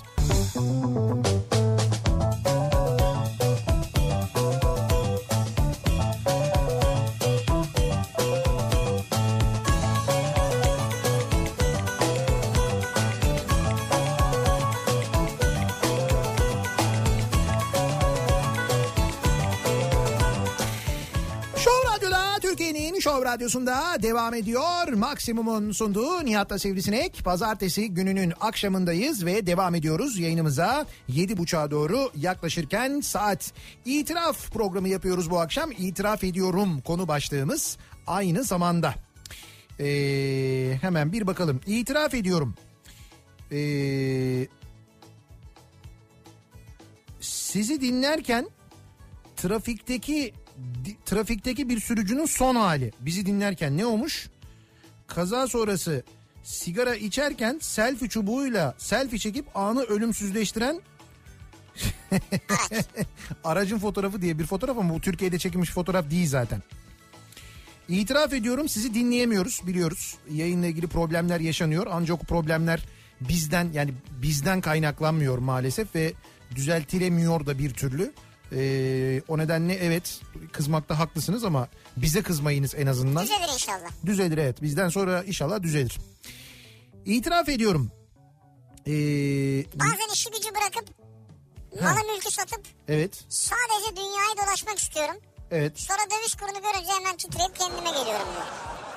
Show Radyosu'nda devam ediyor. Maksimum'un sunduğu Nihat'la Sivrisinek. Pazartesi gününün akşamındayız ve devam ediyoruz yayınımıza. 7.30'a doğru yaklaşırken saat itiraf programı yapıyoruz bu akşam. İtiraf ediyorum konu başlığımız aynı zamanda. Hemen bir bakalım. İtiraf ediyorum. Sizi dinlerken trafikteki bir sürücünün son hali. Bizi dinlerken ne olmuş? Kaza sonrası sigara içerken selfie çubuğuyla selfie çekip anı ölümsüzleştiren aracın fotoğrafı diye bir fotoğraf, ama bu Türkiye'de çekilmiş fotoğraf değil zaten. İtiraf ediyorum, sizi dinleyemiyoruz, biliyoruz. Yayınla ilgili problemler yaşanıyor. Ancak o problemler bizden kaynaklanmıyor maalesef ve düzeltilemiyor da bir türlü. O nedenle evet, kızmakta haklısınız ama bize kızmayınız en azından. Düzelir inşallah. Düzelir, evet, bizden sonra inşallah düzelir. İtiraf ediyorum. Bazen işi gücü bırakıp malı mülkü satıp evet, sadece dünyayı dolaşmak istiyorum. Evet. Sonra döviz kurunu görünce hemen titreyip kendime geliyorum diyor.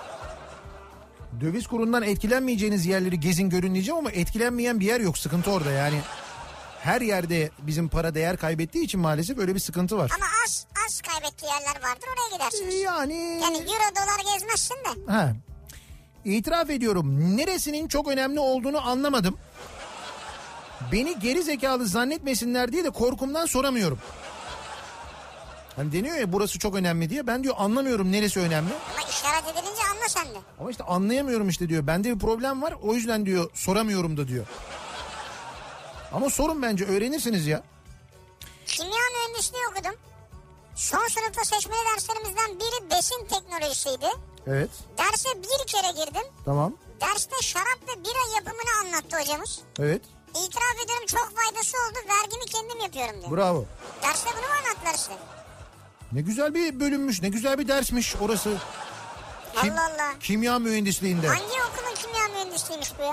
Döviz kurundan etkilenmeyeceğiniz yerleri gezin görün diyeceğim ama etkilenmeyen bir yer yok, sıkıntı orada yani. Her yerde bizim para değer kaybettiği için maalesef öyle bir sıkıntı var. Ama az kaybettiği yerler vardır, oraya gidersiniz. Yani euro dolar gezmezsin de. Ha. İtiraf ediyorum, neresinin çok önemli olduğunu anlamadım. Beni geri zekalı zannetmesinler diye de korkumdan soramıyorum. Hani deniyor ya burası çok önemli diye. Ben diyor anlamıyorum neresi önemli. Ama işaret edilince anla sen de. Ama işte anlayamıyorum işte diyor. Bende bir problem var o yüzden diyor soramıyorum da diyor. Ama sorun bence öğrenirsiniz ya. Kimya mühendisliği okudum. Son sınıfta seçmeli derslerimizden biri besin teknolojisiydi. Evet. Derse bir kere girdim. Tamam. Derste şarap ve bira yapımını anlattı hocamız. Evet. İtiraf ediyorum çok faydası oldu. Vergimi kendim yapıyorum diyor. Bravo. Derste bunu mu anlattılar size? Ne güzel bir bölünmüş, ne güzel bir dersmiş orası. Allah Allah. Kimya mühendisliğinde. Hangi okulun kimya mühendisliğiymiş bu ya?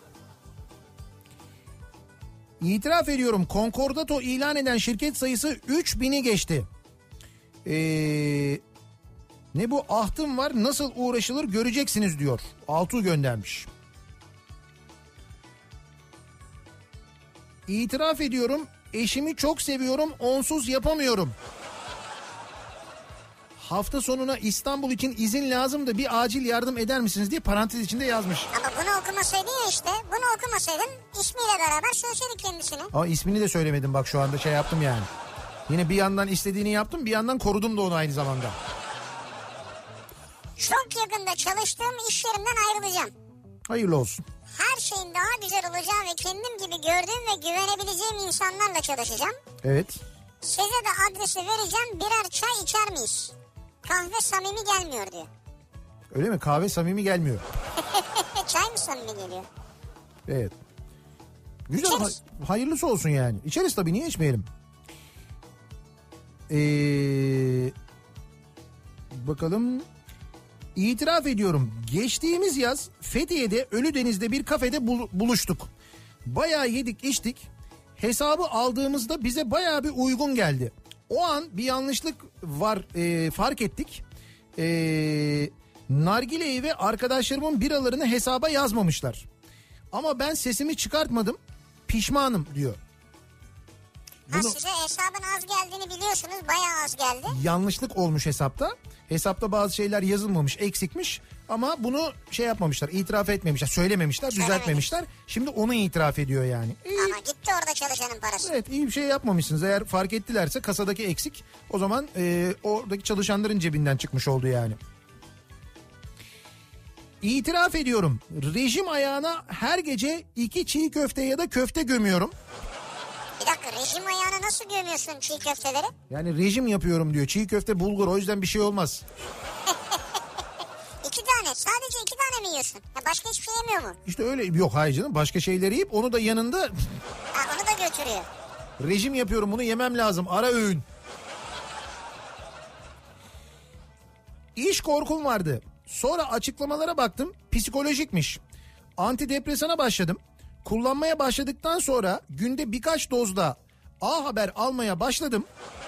İtiraf ediyorum konkordato ilan eden şirket sayısı 3000'i geçti. Ne bu ahtım var nasıl uğraşılır göreceksiniz diyor. Altuğ göndermiş. İtiraf ediyorum eşimi çok seviyorum onsuz yapamıyorum. Hafta sonuna İstanbul için izin lazım da bir acil yardım eder misiniz diye parantez içinde yazmış. Ama bunu okumasaydın ya işte. Bunu okumasaydın ismiyle beraber söyleseydik kendisini. Ama ismini de söylemedim bak şu anda şey yaptım yani. Yine bir yandan istediğini yaptım bir yandan korudum da onu aynı zamanda. Çok yakında çalıştığım iş yerimden ayrılacağım. Hayırlı olsun. Her şeyin daha güzel olacağı ve kendim gibi gördüğüm ve güvenebileceğim insanlarla çalışacağım. Evet. Size de adresi vereceğim, birer çay içer miyiz? Kahve samimi gelmiyor diyor. Öyle mi? Kahve samimi gelmiyor. Çay mı samimi geliyor? Evet. Güzel İçeriz. Hayırlısı olsun yani. İçeriz tabii niye içmeyelim? Bakalım. İtiraf ediyorum. Geçtiğimiz yaz Fethiye'de Ölüdeniz'de bir kafede buluştuk. Bayağı yedik içtik. Hesabı aldığımızda bize bayağı bir uygun geldi. O an bir yanlışlık var fark ettik. Nargile'yi ve arkadaşlarımın biralarını hesaba yazmamışlar. Ama ben sesimi çıkartmadım. Pişmanım diyor. Ha, size hesabın az geldiğini biliyorsunuz. Bayağı az geldi. Yanlışlık olmuş hesapta. Hesapta bazı şeyler yazılmamış, eksikmiş. Ama bunu şey yapmamışlar, itiraf etmemişler, söylememişler, düzeltmemişler. Şimdi onu itiraf ediyor yani. Ama gitti orada çalışanın parası. Evet, iyi bir şey yapmamışsınız. Eğer fark ettilerse kasadaki eksik, o zaman oradaki çalışanların cebinden çıkmış oldu yani. İtiraf ediyorum. Rejim ayağına her gece 2 çiğ köfte ya da köfte gömüyorum. Bir dakika, rejim ayağına nasıl gömüyorsun çiğ köfteleri? Yani rejim yapıyorum diyor. Çiğ köfte bulgur, o yüzden bir şey olmaz. 2 tane, sadece 2 tane mi yiyorsun? Ya başka hiçbir şey yemiyor mu? İşte öyle, yok hayır canım, başka şeyleri yiyip onu da yanında Ha, onu da götürüyor. rejim yapıyorum, bunu yemem lazım, ara öğün. İş korkum vardı. Sonra açıklamalara baktım, psikolojikmiş. Antidepresana başladım. Kullanmaya başladıktan sonra günde birkaç dozda A Haber almaya başladım.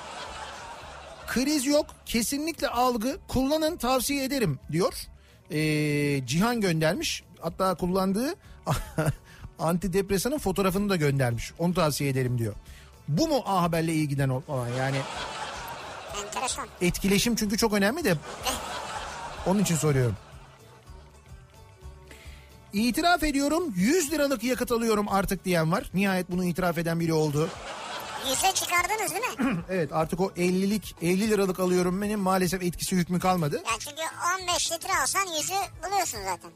Kriz yok, kesinlikle algı, kullanın, tavsiye ederim diyor. Cihan göndermiş. Hatta kullandığı antidepresanın fotoğrafını da göndermiş. Onu tavsiye ederim diyor. Bu mu A Haber'le ilgiden olan yani? Enteresan. Etkileşim çünkü çok önemli de onun için soruyorum. İtiraf ediyorum 100 liralık yakıt alıyorum artık diyen var. Nihayet bunu itiraf eden biri oldu. 100'e çıkardınız değil mi? Evet, artık o 50 liralık alıyorum benim maalesef etkisi hükmü kalmadı. Ya çünkü 15 litre alsan 100'ü buluyorsun zaten.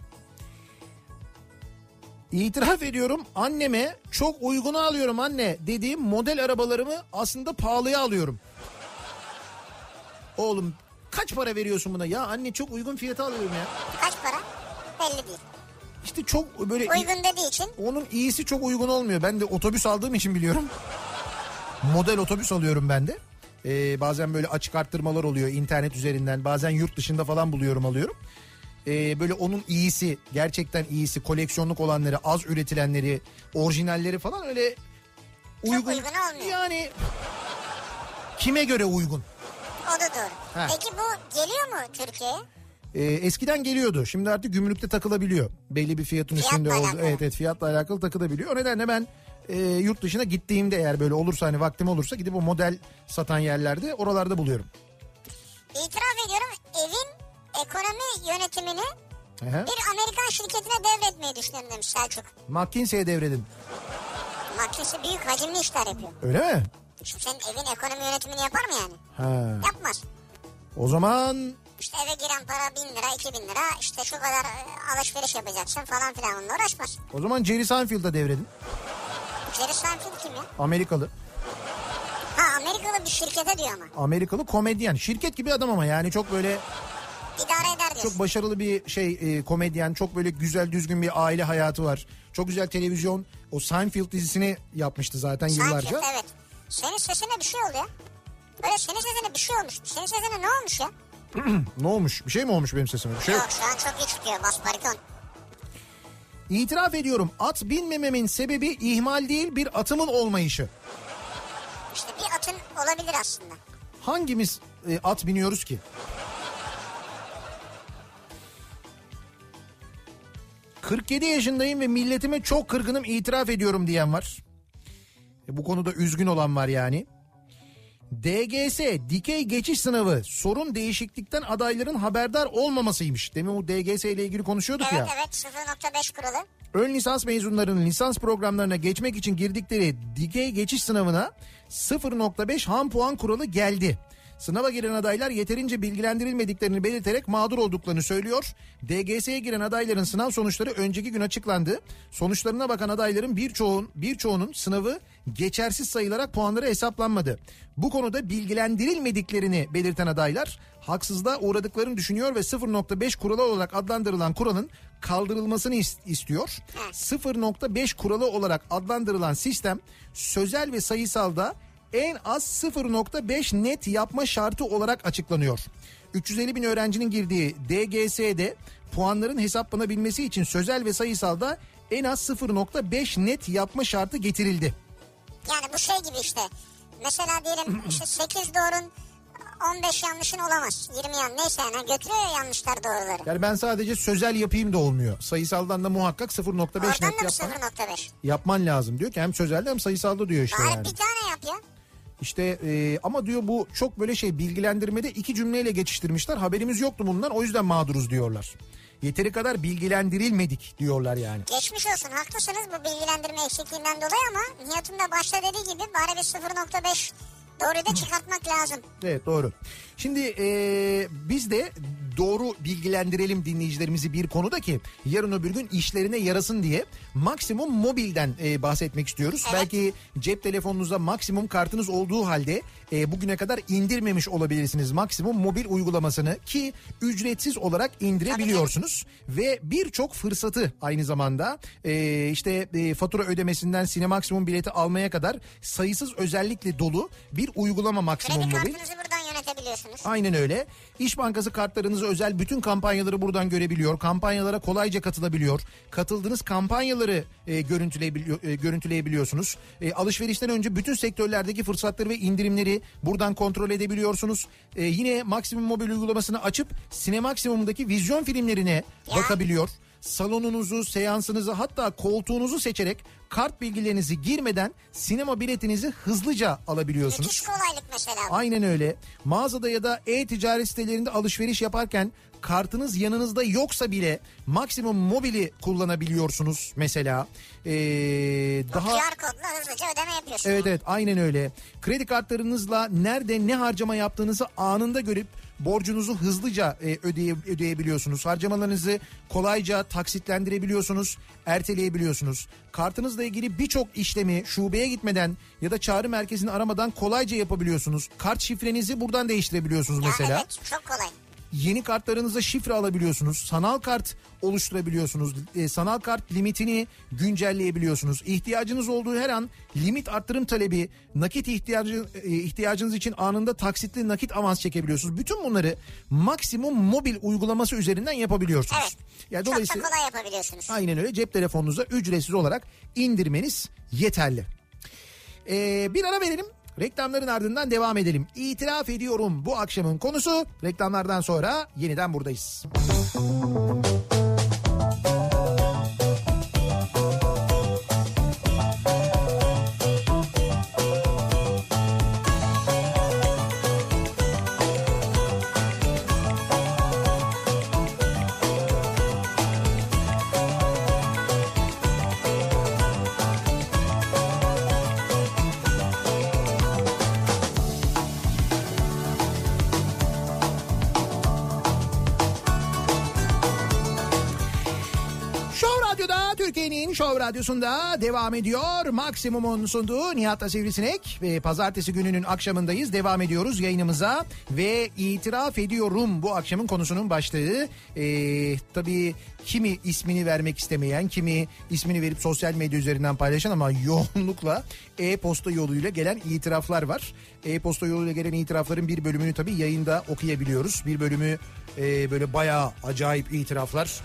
İtiraf ediyorum anneme çok uyguna alıyorum anne dediğim model arabalarımı aslında pahalıya alıyorum. Oğlum kaç para veriyorsun buna? Ya anne çok uygun fiyata alıyorum ya. Kaç para? Belli değil. İşte çok böyle... Uygun dediği için. Onun iyisi çok uygun olmuyor. Ben de otobüs aldığım için biliyorum. Model otobüs alıyorum ben de. Bazen böyle açık arttırmalar oluyor internet üzerinden. Bazen yurt dışında falan buluyorum, alıyorum. Böyle onun iyisi, gerçekten iyisi, koleksiyonluk olanları, az üretilenleri, orijinalleri falan öyle uygun. Çok uygun olmuyor. Yani kime göre uygun? O da doğru. Ha. Peki bu geliyor mu Türkiye'ye? Eskiden geliyordu. Şimdi artık gümrükte takılabiliyor. Belli bir fiyatın üstünde oldu. Evet, fiyatla alakalı takılabiliyor. O nedenle ben yurt dışına gittiğimde, eğer böyle olursa, hani vaktim olursa, gidip o model satan yerlerde, oralarda buluyorum. İtiraf ediyorum, evin ekonomi yönetimini Aha. bir Amerikan şirketine devretmeyi düşünüyorum demiş Selçuk. McKinsey'e devredin. Makinesi büyük hacimli işler yapıyor. Öyle mi? Şimdi senin evin ekonomi yönetimini yapar mı yani? Ha. Yapmaz. O zaman İşte eve giren para 1.000 lira 2.000 lira işte şu kadar alışveriş yapacaksın falan filan onunla uğraşmaz. o zaman Jerry Seinfeld'a devredin. Jerry Seinfeld kim ya? Amerikalı. Ha Amerikalı bir şirkete diyor ama. Amerikalı komedyen. Şirket gibi adam ama yani çok böyle İdare eder diyorsun. çok başarılı bir komedyen. Çok böyle güzel düzgün bir aile hayatı var. Çok güzel televizyon. O Seinfeld dizisini yapmıştı zaten yıllarca. Seinfeld evet. Senin sesine bir şey oluyor. Böyle senin sesine bir şey olmuş. Senin sesine ne olmuş ya? Ne olmuş? Bir şey mi olmuş benim sesime? Bir şey yok. Yok şu an çok iyi çıkıyor bas bariton. İtiraf ediyorum, at binmememin sebebi ihmal değil, bir atımın olmayışı. İşte bir atın olabilir aslında. Hangimiz at biniyoruz ki? 47 yaşındayım ve milletime çok kırgınım, itiraf ediyorum diyen var. Bu konuda üzgün olan var yani. DGS, dikey geçiş sınavı, sorun değişiklikten adayların haberdar olmamasıymış. Demin bu DGS ile ilgili konuşuyorduk Evet ya. evet 0.5 kuralı. Ön lisans mezunlarının lisans programlarına geçmek için girdikleri dikey geçiş sınavına 0.5 ham puan kuralı geldi. Sınava giren adaylar yeterince bilgilendirilmediklerini belirterek mağdur olduklarını söylüyor. DGS'ye giren adayların sınav sonuçları önceki gün açıklandı. Sonuçlarına bakan adayların birçoğunun sınavı geçersiz sayılarak puanları hesaplanmadı. Bu konuda bilgilendirilmediklerini belirten adaylar haksızlığa uğradıklarını düşünüyor ve 0.5 kuralı olarak adlandırılan kuralın kaldırılmasını istiyor. 0.5 kuralı olarak adlandırılan sistem sözel ve sayısalda en az 0.5 net yapma şartı olarak açıklanıyor. 350 bin öğrencinin girdiği DGS'de puanların hesaplanabilmesi için sözel ve sayısalda en az 0.5 net yapma şartı getirildi. Yani bu şey gibi işte. Mesela diyelim işte 8 doğrun 15 yanlışın olamaz. 20 neyse yani götürüyor ya yanlışlar doğruları. Yani ben sadece sözel yapayım da olmuyor. Sayısaldan da muhakkak 0.5 net yapman lazım diyor ki hem sözelde hem sayısalda diyor işte. Bari Yani. bir tane yap ya. İşte ama diyor bu çok böyle bilgilendirmede 2 cümleyle geçiştirmişler. Haberimiz yoktu bundan, o yüzden mağduruz diyorlar. Yeteri kadar bilgilendirilmedik diyorlar yani. Geçmiş olsun, haklısınız bu bilgilendirme eksikliğinden dolayı ama Nihat'ın da başta dediği gibi bari bir 0.5 doğruyu da çıkartmak lazım. Evet doğru. Şimdi biz de doğru bilgilendirelim dinleyicilerimizi bir konuda ki yarın öbür gün işlerine yarasın diye Maksimum Mobil'den bahsetmek istiyoruz. Evet. Belki cep telefonunuzda Maksimum kartınız olduğu halde bugüne kadar indirmemiş olabilirsiniz Maksimum Mobil uygulamasını ki ücretsiz olarak indirebiliyorsunuz. Ve birçok fırsatı aynı zamanda fatura ödemesinden Sinemaksimum bileti almaya kadar sayısız özellikle dolu bir uygulama Maksimum Mobil. Kredi kartınızı buradan yönetebiliyorsunuz. Aynen öyle. İş Bankası kartlarınızı özel bütün kampanyaları buradan görebiliyor. Kampanyalara kolayca katılabiliyor. Katıldığınız kampanyaları görüntüleyebiliyorsunuz. Alışverişten önce bütün sektörlerdeki fırsatları ve indirimleri buradan kontrol edebiliyorsunuz. Yine Maksimum Mobil uygulamasını açıp Sinemaksimum'daki vizyon filmlerine bakabiliyor. Salonunuzu, seansınızı hatta koltuğunuzu seçerek kart bilgilerinizi girmeden sinema biletinizi hızlıca alabiliyorsunuz. Müthiş kolaylık mesela. Aynen öyle. Mağazada ya da e-ticaret sitelerinde alışveriş yaparken kartınız yanınızda yoksa bile Maksimum Mobil'i kullanabiliyorsunuz mesela. QR kodla hızlıca ödeme yapıyorsunuz. Evet aynen öyle. Kredi kartlarınızla nerede ne harcama yaptığınızı anında görüp borcunuzu hızlıca ödeyebiliyorsunuz. Harcamalarınızı kolayca taksitlendirebiliyorsunuz, erteleyebiliyorsunuz. Kartınızla ilgili birçok işlemi şubeye gitmeden ya da çağrı merkezini aramadan kolayca yapabiliyorsunuz. Kart şifrenizi buradan değiştirebiliyorsunuz mesela. Evet, çok kolay. Yeni kartlarınıza şifre alabiliyorsunuz. Sanal kart oluşturabiliyorsunuz. Sanal kart limitini güncelleyebiliyorsunuz. İhtiyacınız olduğu her an limit arttırım talebi, nakit ihtiyacınız için anında taksitli nakit avans çekebiliyorsunuz. Bütün bunları Maksimum Mobil uygulaması üzerinden yapabiliyorsunuz. Evet. Yani çok da kolay yapabiliyorsunuz. Aynen öyle. Cep telefonunuza ücretsiz olarak indirmeniz yeterli. Bir ara verelim. Reklamların ardından devam edelim. İtiraf ediyorum bu akşamın konusu. Reklamlardan sonra yeniden buradayız. Radyo'da, Türkiye'nin Show Radyosu'nda devam ediyor. Maksimum'un sunduğu Nihat'la Sivrisinek ve pazartesi gününün akşamındayız. Devam ediyoruz yayınımıza ve itiraf ediyorum bu akşamın konusunun başlığı. Tabii kimi ismini vermek istemeyen, kimi ismini verip sosyal medya üzerinden paylaşan ama yoğunlukla e-posta yoluyla gelen itiraflar var. E-posta yoluyla gelen itirafların bir bölümünü tabii yayında okuyabiliyoruz. Bir bölümü böyle bayağı acayip itiraflar.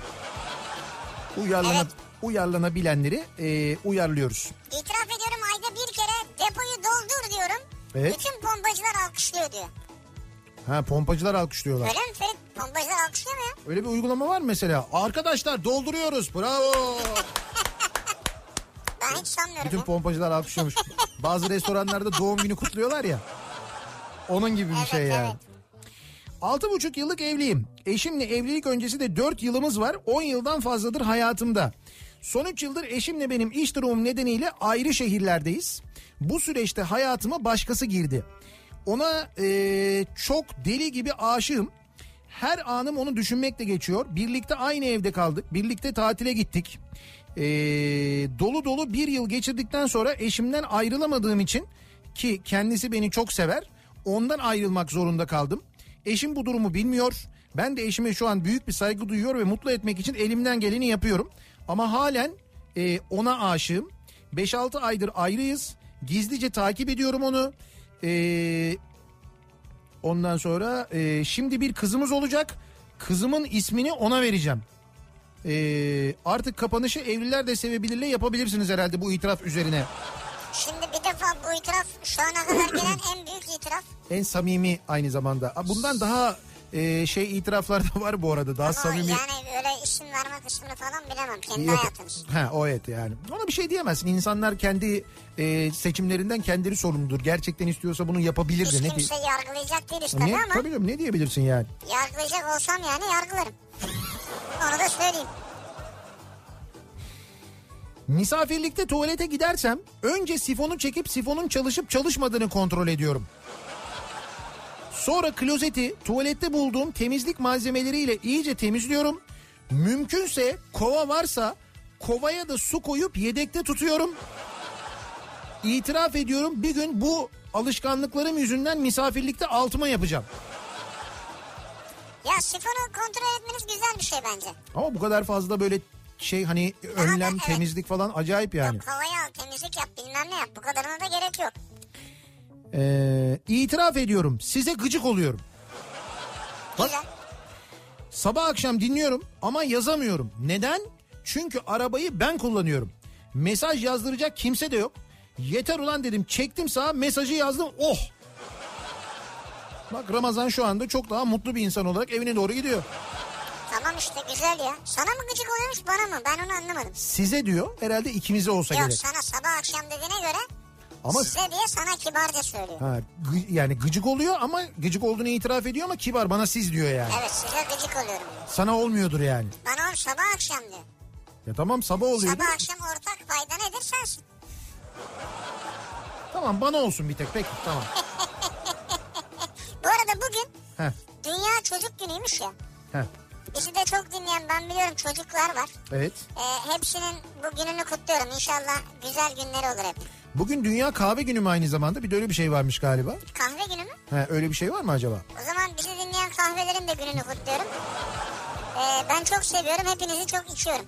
Uyarlanabilenleri uyarlıyoruz. İtiraf ediyorum, ayda bir kere depoyu doldur diyorum. Evet. Bütün pompacılar alkışlıyor diyor. Ha, pompacılar alkışlıyorlar. Öyle mi Ferit? Pompacılar alkışlıyor mu ya? Öyle bir uygulama var mı mesela? Arkadaşlar dolduruyoruz, bravo. Ben hiç sanmıyorum. Bütün ya. pompacılar alkışlıyormuş. Bazı restoranlarda doğum günü kutluyorlar ya. Onun gibi bir şey yani. Evet. 6,5 yıllık evliyim. Eşimle evlilik öncesi de 4 yılımız var. 10 yıldan fazladır hayatımda. Son 3 yıldır eşimle benim iş durumum nedeniyle ayrı şehirlerdeyiz. Bu süreçte hayatıma başkası girdi. Ona çok deli gibi aşığım. Her anım onu düşünmekle geçiyor. Birlikte aynı evde kaldık. Birlikte tatile gittik. Dolu dolu bir yıl geçirdikten sonra eşimden ayrılamadığım için, ki kendisi beni çok sever, ondan ayrılmak zorunda kaldım. Eşim bu durumu bilmiyor. Ben de eşime şu an büyük bir saygı duyuyor ve mutlu etmek için elimden geleni yapıyorum. Ama halen ona aşığım. 5-6 aydır ayrıyız. Gizlice takip ediyorum onu. Ondan sonra şimdi bir kızımız olacak. Kızımın ismini ona vereceğim. Artık kapanışı evliler de sevebilirle yapabilirsiniz herhalde bu itiraf üzerine. Şimdi bir defa bu itiraf şu ana kadar gelen en büyük itiraf. En samimi aynı zamanda. Bundan daha itiraflar da var bu arada. Daha ama samimi. yani öyle isim verme kısmını falan bilemem. Kendi hayatınız. Ha, o evet yani. Ona bir şey diyemezsin. İnsanlar kendi seçimlerinden kendileri sorumludur. Gerçekten istiyorsa bunu yapabilir de. Hiç kimse yargılayacak değiliz tabii ama. Tabii canım, ne diyebilirsin yani? Yargılayacak olsam yani yargılarım. Onu da söyleyeyim. Misafirlikte tuvalete gidersem önce sifonu çekip sifonun çalışıp çalışmadığını kontrol ediyorum. Sonra klozeti tuvalette bulduğum temizlik malzemeleriyle iyice temizliyorum. Mümkünse kova varsa kovaya da su koyup yedekte tutuyorum. İtiraf ediyorum, bir gün bu alışkanlıklarım yüzünden misafirlikte altıma yapacağım. Ya sifonu kontrol etmeniz güzel bir şey bence. Ama bu kadar fazla böyle hani önlem, evet. temizlik falan acayip yani. Yok, kovayı al, temizlik yap, bilmem ne yap. Bu kadarına da gerek yok. İtiraf ediyorum, size gıcık oluyorum. Güzel. Sabah akşam dinliyorum ama yazamıyorum. Neden? Çünkü arabayı ben kullanıyorum. Mesaj yazdıracak kimse de yok. Yeter ulan dedim, çektim sağa, mesajı yazdım, oh. Bak, Ramazan şu anda çok daha mutlu bir insan olarak evine doğru gidiyor. Tamam işte, güzel ya. Sana mı gıcık oluyormuş, bana mı? Ben onu anlamadım. Size diyor, herhalde ikimize olsa yok, gerek. sana sabah akşam dediğine göre ama size diye sana kibarca söylüyor. Ha, yani gıcık oluyor ama gıcık olduğunu itiraf ediyor ama kibar, bana siz diyor yani. Evet, size gıcık oluyorum. Sana olmuyordur yani. Bana sabah akşam diyor. Ya tamam, sabah oluyor. Sabah akşam ortak payda nedir, sensin. Tamam, bana olsun bir tek, peki tamam. Bu arada bugün Heh. Dünya Çocuk Günü'ymüş ya. Heh. Bizi de çok dinleyen, ben biliyorum, çocuklar var. Evet. Hepsinin bu gününü kutluyorum. İnşallah güzel günleri olur hep. Bugün Dünya Kahve Günü mü aynı zamanda? Bir de öyle bir şey varmış galiba. Kahve günü mü? He, öyle bir şey var mı acaba? O zaman bizi dinleyen kahvelerin de gününü kutluyorum. Ben çok seviyorum. Hepinizi çok içiyorum.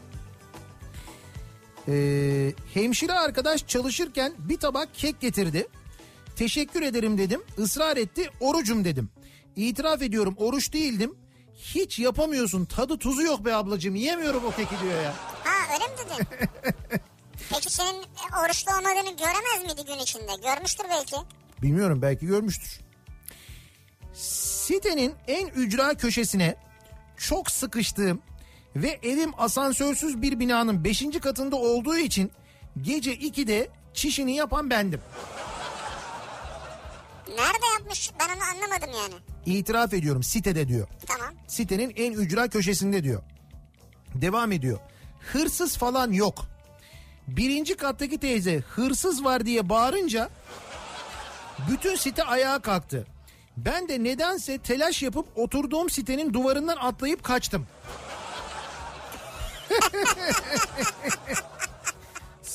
Hemşire arkadaş çalışırken bir tabak kek getirdi. Teşekkür ederim dedim. Israr etti. Orucum dedim. İtiraf ediyorum, oruç değildim. Hiç yapamıyorsun. Tadı tuzu yok be ablacığım. Yiyemiyorum o keki diyor ya. Ha, öyle mi dedin? Peki senin oruçlu olmadığını göremez miydi gün içinde? Görmüştür belki. Bilmiyorum, belki görmüştür. Sitenin en ücra köşesine çok sıkıştığım ve evim asansörsüz bir binanın 5. katında olduğu için gece 2'de çişini yapan bendim. Nerede yapmış? Ben onu anlamadım yani. İtiraf ediyorum, sitede diyor. Tamam. Sitenin en ücra köşesinde diyor. Devam ediyor. Hırsız falan yok. 1. kattaki teyze hırsız var diye bağırınca bütün site ayağa kalktı. Ben de nedense telaş yapıp oturduğum sitenin duvarından atlayıp kaçtım.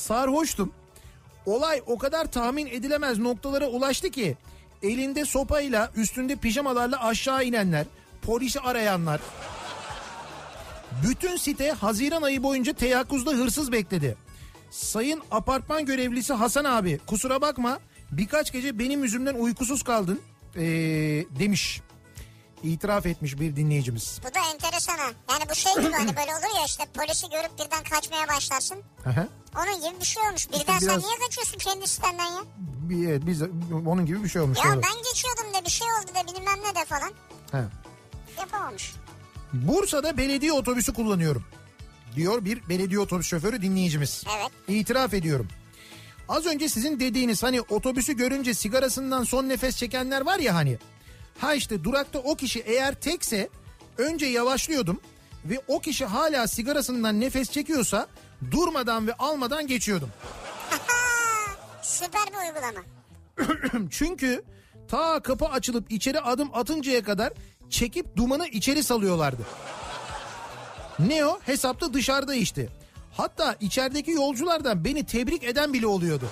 sarhoştum. Olay o kadar tahmin edilemez noktalara ulaştı ki elinde sopayla üstünde pijamalarla aşağı inenler, polisi arayanlar. Bütün site Haziran ayı boyunca teyakkuzda hırsız bekledi. Sayın apartman görevlisi Hasan abi kusura bakma birkaç gece benim yüzümden uykusuz kaldın demiş. İtiraf etmiş bir dinleyicimiz. Bu da enteresan ha. Yani bu şey gibi hani böyle olur ya işte polisi görüp birden kaçmaya başlarsın. Aha. Onun gibi bir şey olmuş. Birden Biraz... sen niye kaçıyorsun kendi sitenden ya? Biz onun gibi bir şey olmuş. Ya olur. ben geçiyordum da bir şey oldu da bilmem ne de falan. He. Yapamamış. Bursa'da belediye otobüsü kullanıyorum diyor bir belediye otobüs şoförü dinleyicimiz. Evet. İtiraf ediyorum. Az önce sizin dediğiniz hani otobüsü görünce sigarasından son nefes çekenler var ya hani. Ha işte durakta o kişi eğer tekse önce yavaşlıyordum ve o kişi hala sigarasından nefes çekiyorsa durmadan ve almadan geçiyordum. Süper bir uygulama. Çünkü ta kapı açılıp içeri adım atıncaya kadar çekip dumanı içeri salıyorlardı. Ne o? Hesapta dışarıda işte. Hatta içerideki yolculardan beni tebrik eden bile oluyordu.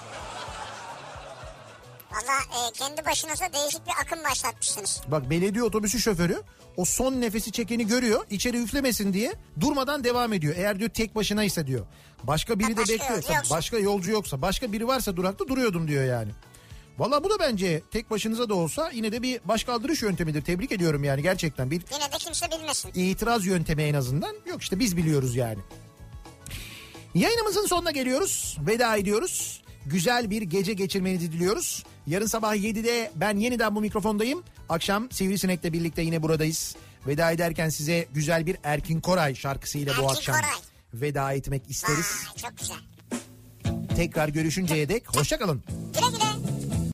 Valla kendi başınıza değişik bir akım başlatmışsınız. Bak belediye otobüsü şoförü o son nefesi çekeni görüyor. İçeri üflemesin diye durmadan devam ediyor. Eğer diyor tek başınaysa diyor. Başka biri de bekliyorsa, başka yolcu yoksa, başka biri varsa durakta duruyordum diyor yani. Valla bu da bence tek başınıza da olsa yine de bir başkaldırış yöntemidir. Tebrik ediyorum yani gerçekten. Bir yine de kimse bilmesin. İtiraz yöntemi en azından. Yok işte biz biliyoruz yani. Yayınımızın sonuna geliyoruz. Veda ediyoruz. Güzel bir gece geçirmenizi diliyoruz. Yarın sabah 7'de ben yeniden bu mikrofondayım. Akşam Sivrisinek'le birlikte yine buradayız. Veda ederken size güzel bir Erkin Koray şarkısıyla bu akşam veda etmek isteriz. Çok güzel. Tekrar görüşünceye dek hoşça kalın. Güle güle.